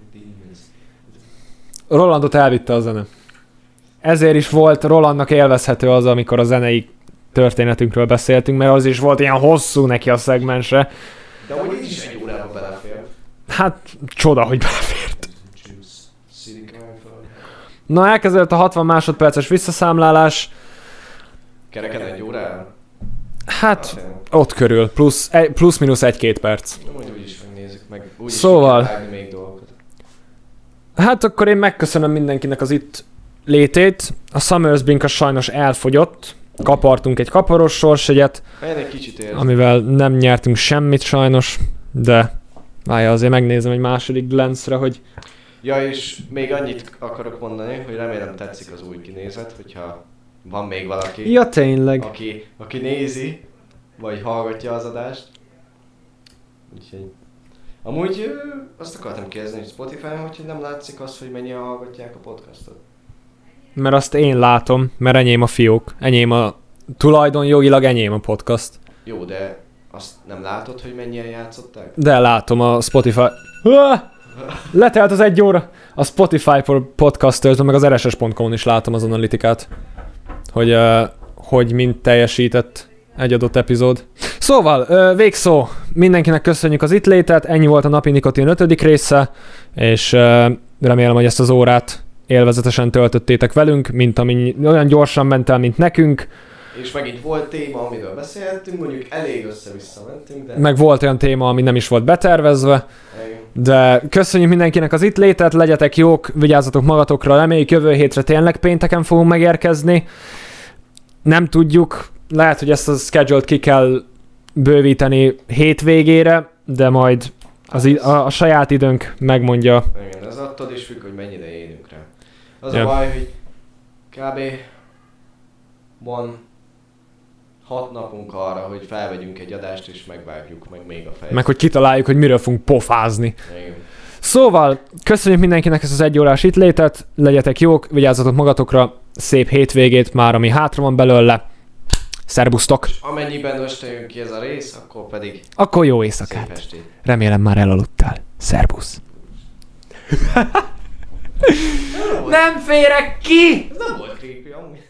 Rolandot elvitte a zene. Ezért is volt Rolandnak élvezhető az, amikor a zenei történetünkről beszéltünk, mert az is volt ilyen hosszú neki a szegmense. De úgy is egy órába belefér. Hát csoda, hogy belefért. Na, elkezdődött a hatvan másodperces visszaszámlálás. Kereken egy órára? Hát, ott körül, plusz, plusz-minusz egy-két perc. Úgy, úgy is megnézzük meg. Úgy szóval, is kell még dolgokat. Hát akkor én megköszönöm mindenkinek az itt létét. A Summersbink sajnos elfogyott. Kapartunk egy kaparos sorsjegyet, egy kicsit érzem, amivel nem nyertünk semmit sajnos, de várja, azért megnézem egy második glance-re, hogy... Ja, és még annyit akarok mondani, hogy remélem tetszik az új kinézet, hogyha van még valaki, ja, tényleg. Aki, aki nézi, vagy hallgatja az adást. Úgyhogy... Amúgy azt akartam kérdezni, hogy Spotify-on, hogy nem látszik az, hogy mennyien hallgatják a podcastot. mert azt én látom, mert enyém a fiók, enyém a tulajdonjogilag enyém a podcast. Jó, de azt nem látod, hogy mennyien játszották? De látom a Spotify... Ah! Letelt az egy óra! A Spotify podcasters meg az er es es pont com-on is látom az analitikát, hogy, uh, hogy mind teljesített egy adott epizód. Szóval, uh, végszó, mindenkinek köszönjük az itt létet, ennyi volt a napi nikotin ötödik része, és uh, remélem, hogy ezt az órát élvezetesen töltöttétek velünk, mint ami olyan gyorsan ment el, mint nekünk. És megint volt téma, amiről beszéltünk, mondjuk elég össze-vissza mentünk, de... Meg volt olyan téma, ami nem is volt betervezve. Igen. De köszönjük mindenkinek az itt létet, legyetek jók, vigyázzatok magatokra, reméljük jövő hétre tényleg pénteken fogunk megérkezni. Nem tudjuk, lehet, hogy ezt a schedule-t ki kell bővíteni hétvégére, de majd az i- a, a saját időnk megmondja. Igen, ez attól is függ, hogy mennyire érünk rá. Az Ja. a baj, hogy kb. Van hat napunk arra, hogy felvegyünk egy adást és megvágjuk meg még a fejet. Meg hogy kitaláljuk, hogy miről fogunk pofázni. Igen. Szóval, köszönjük mindenkinek ezt az egy órás itt létet, legyetek jók, vigyázzatok magatokra, szép hétvégét már, ami hátra van belőle. Szerbusztok! És amennyiben este jön ki ez a rész, akkor pedig Akkor jó szép éjszakát! estét. Remélem már elaludtál. Szerbusz! Nem férek ki! Ez nem volt creepy amúgy.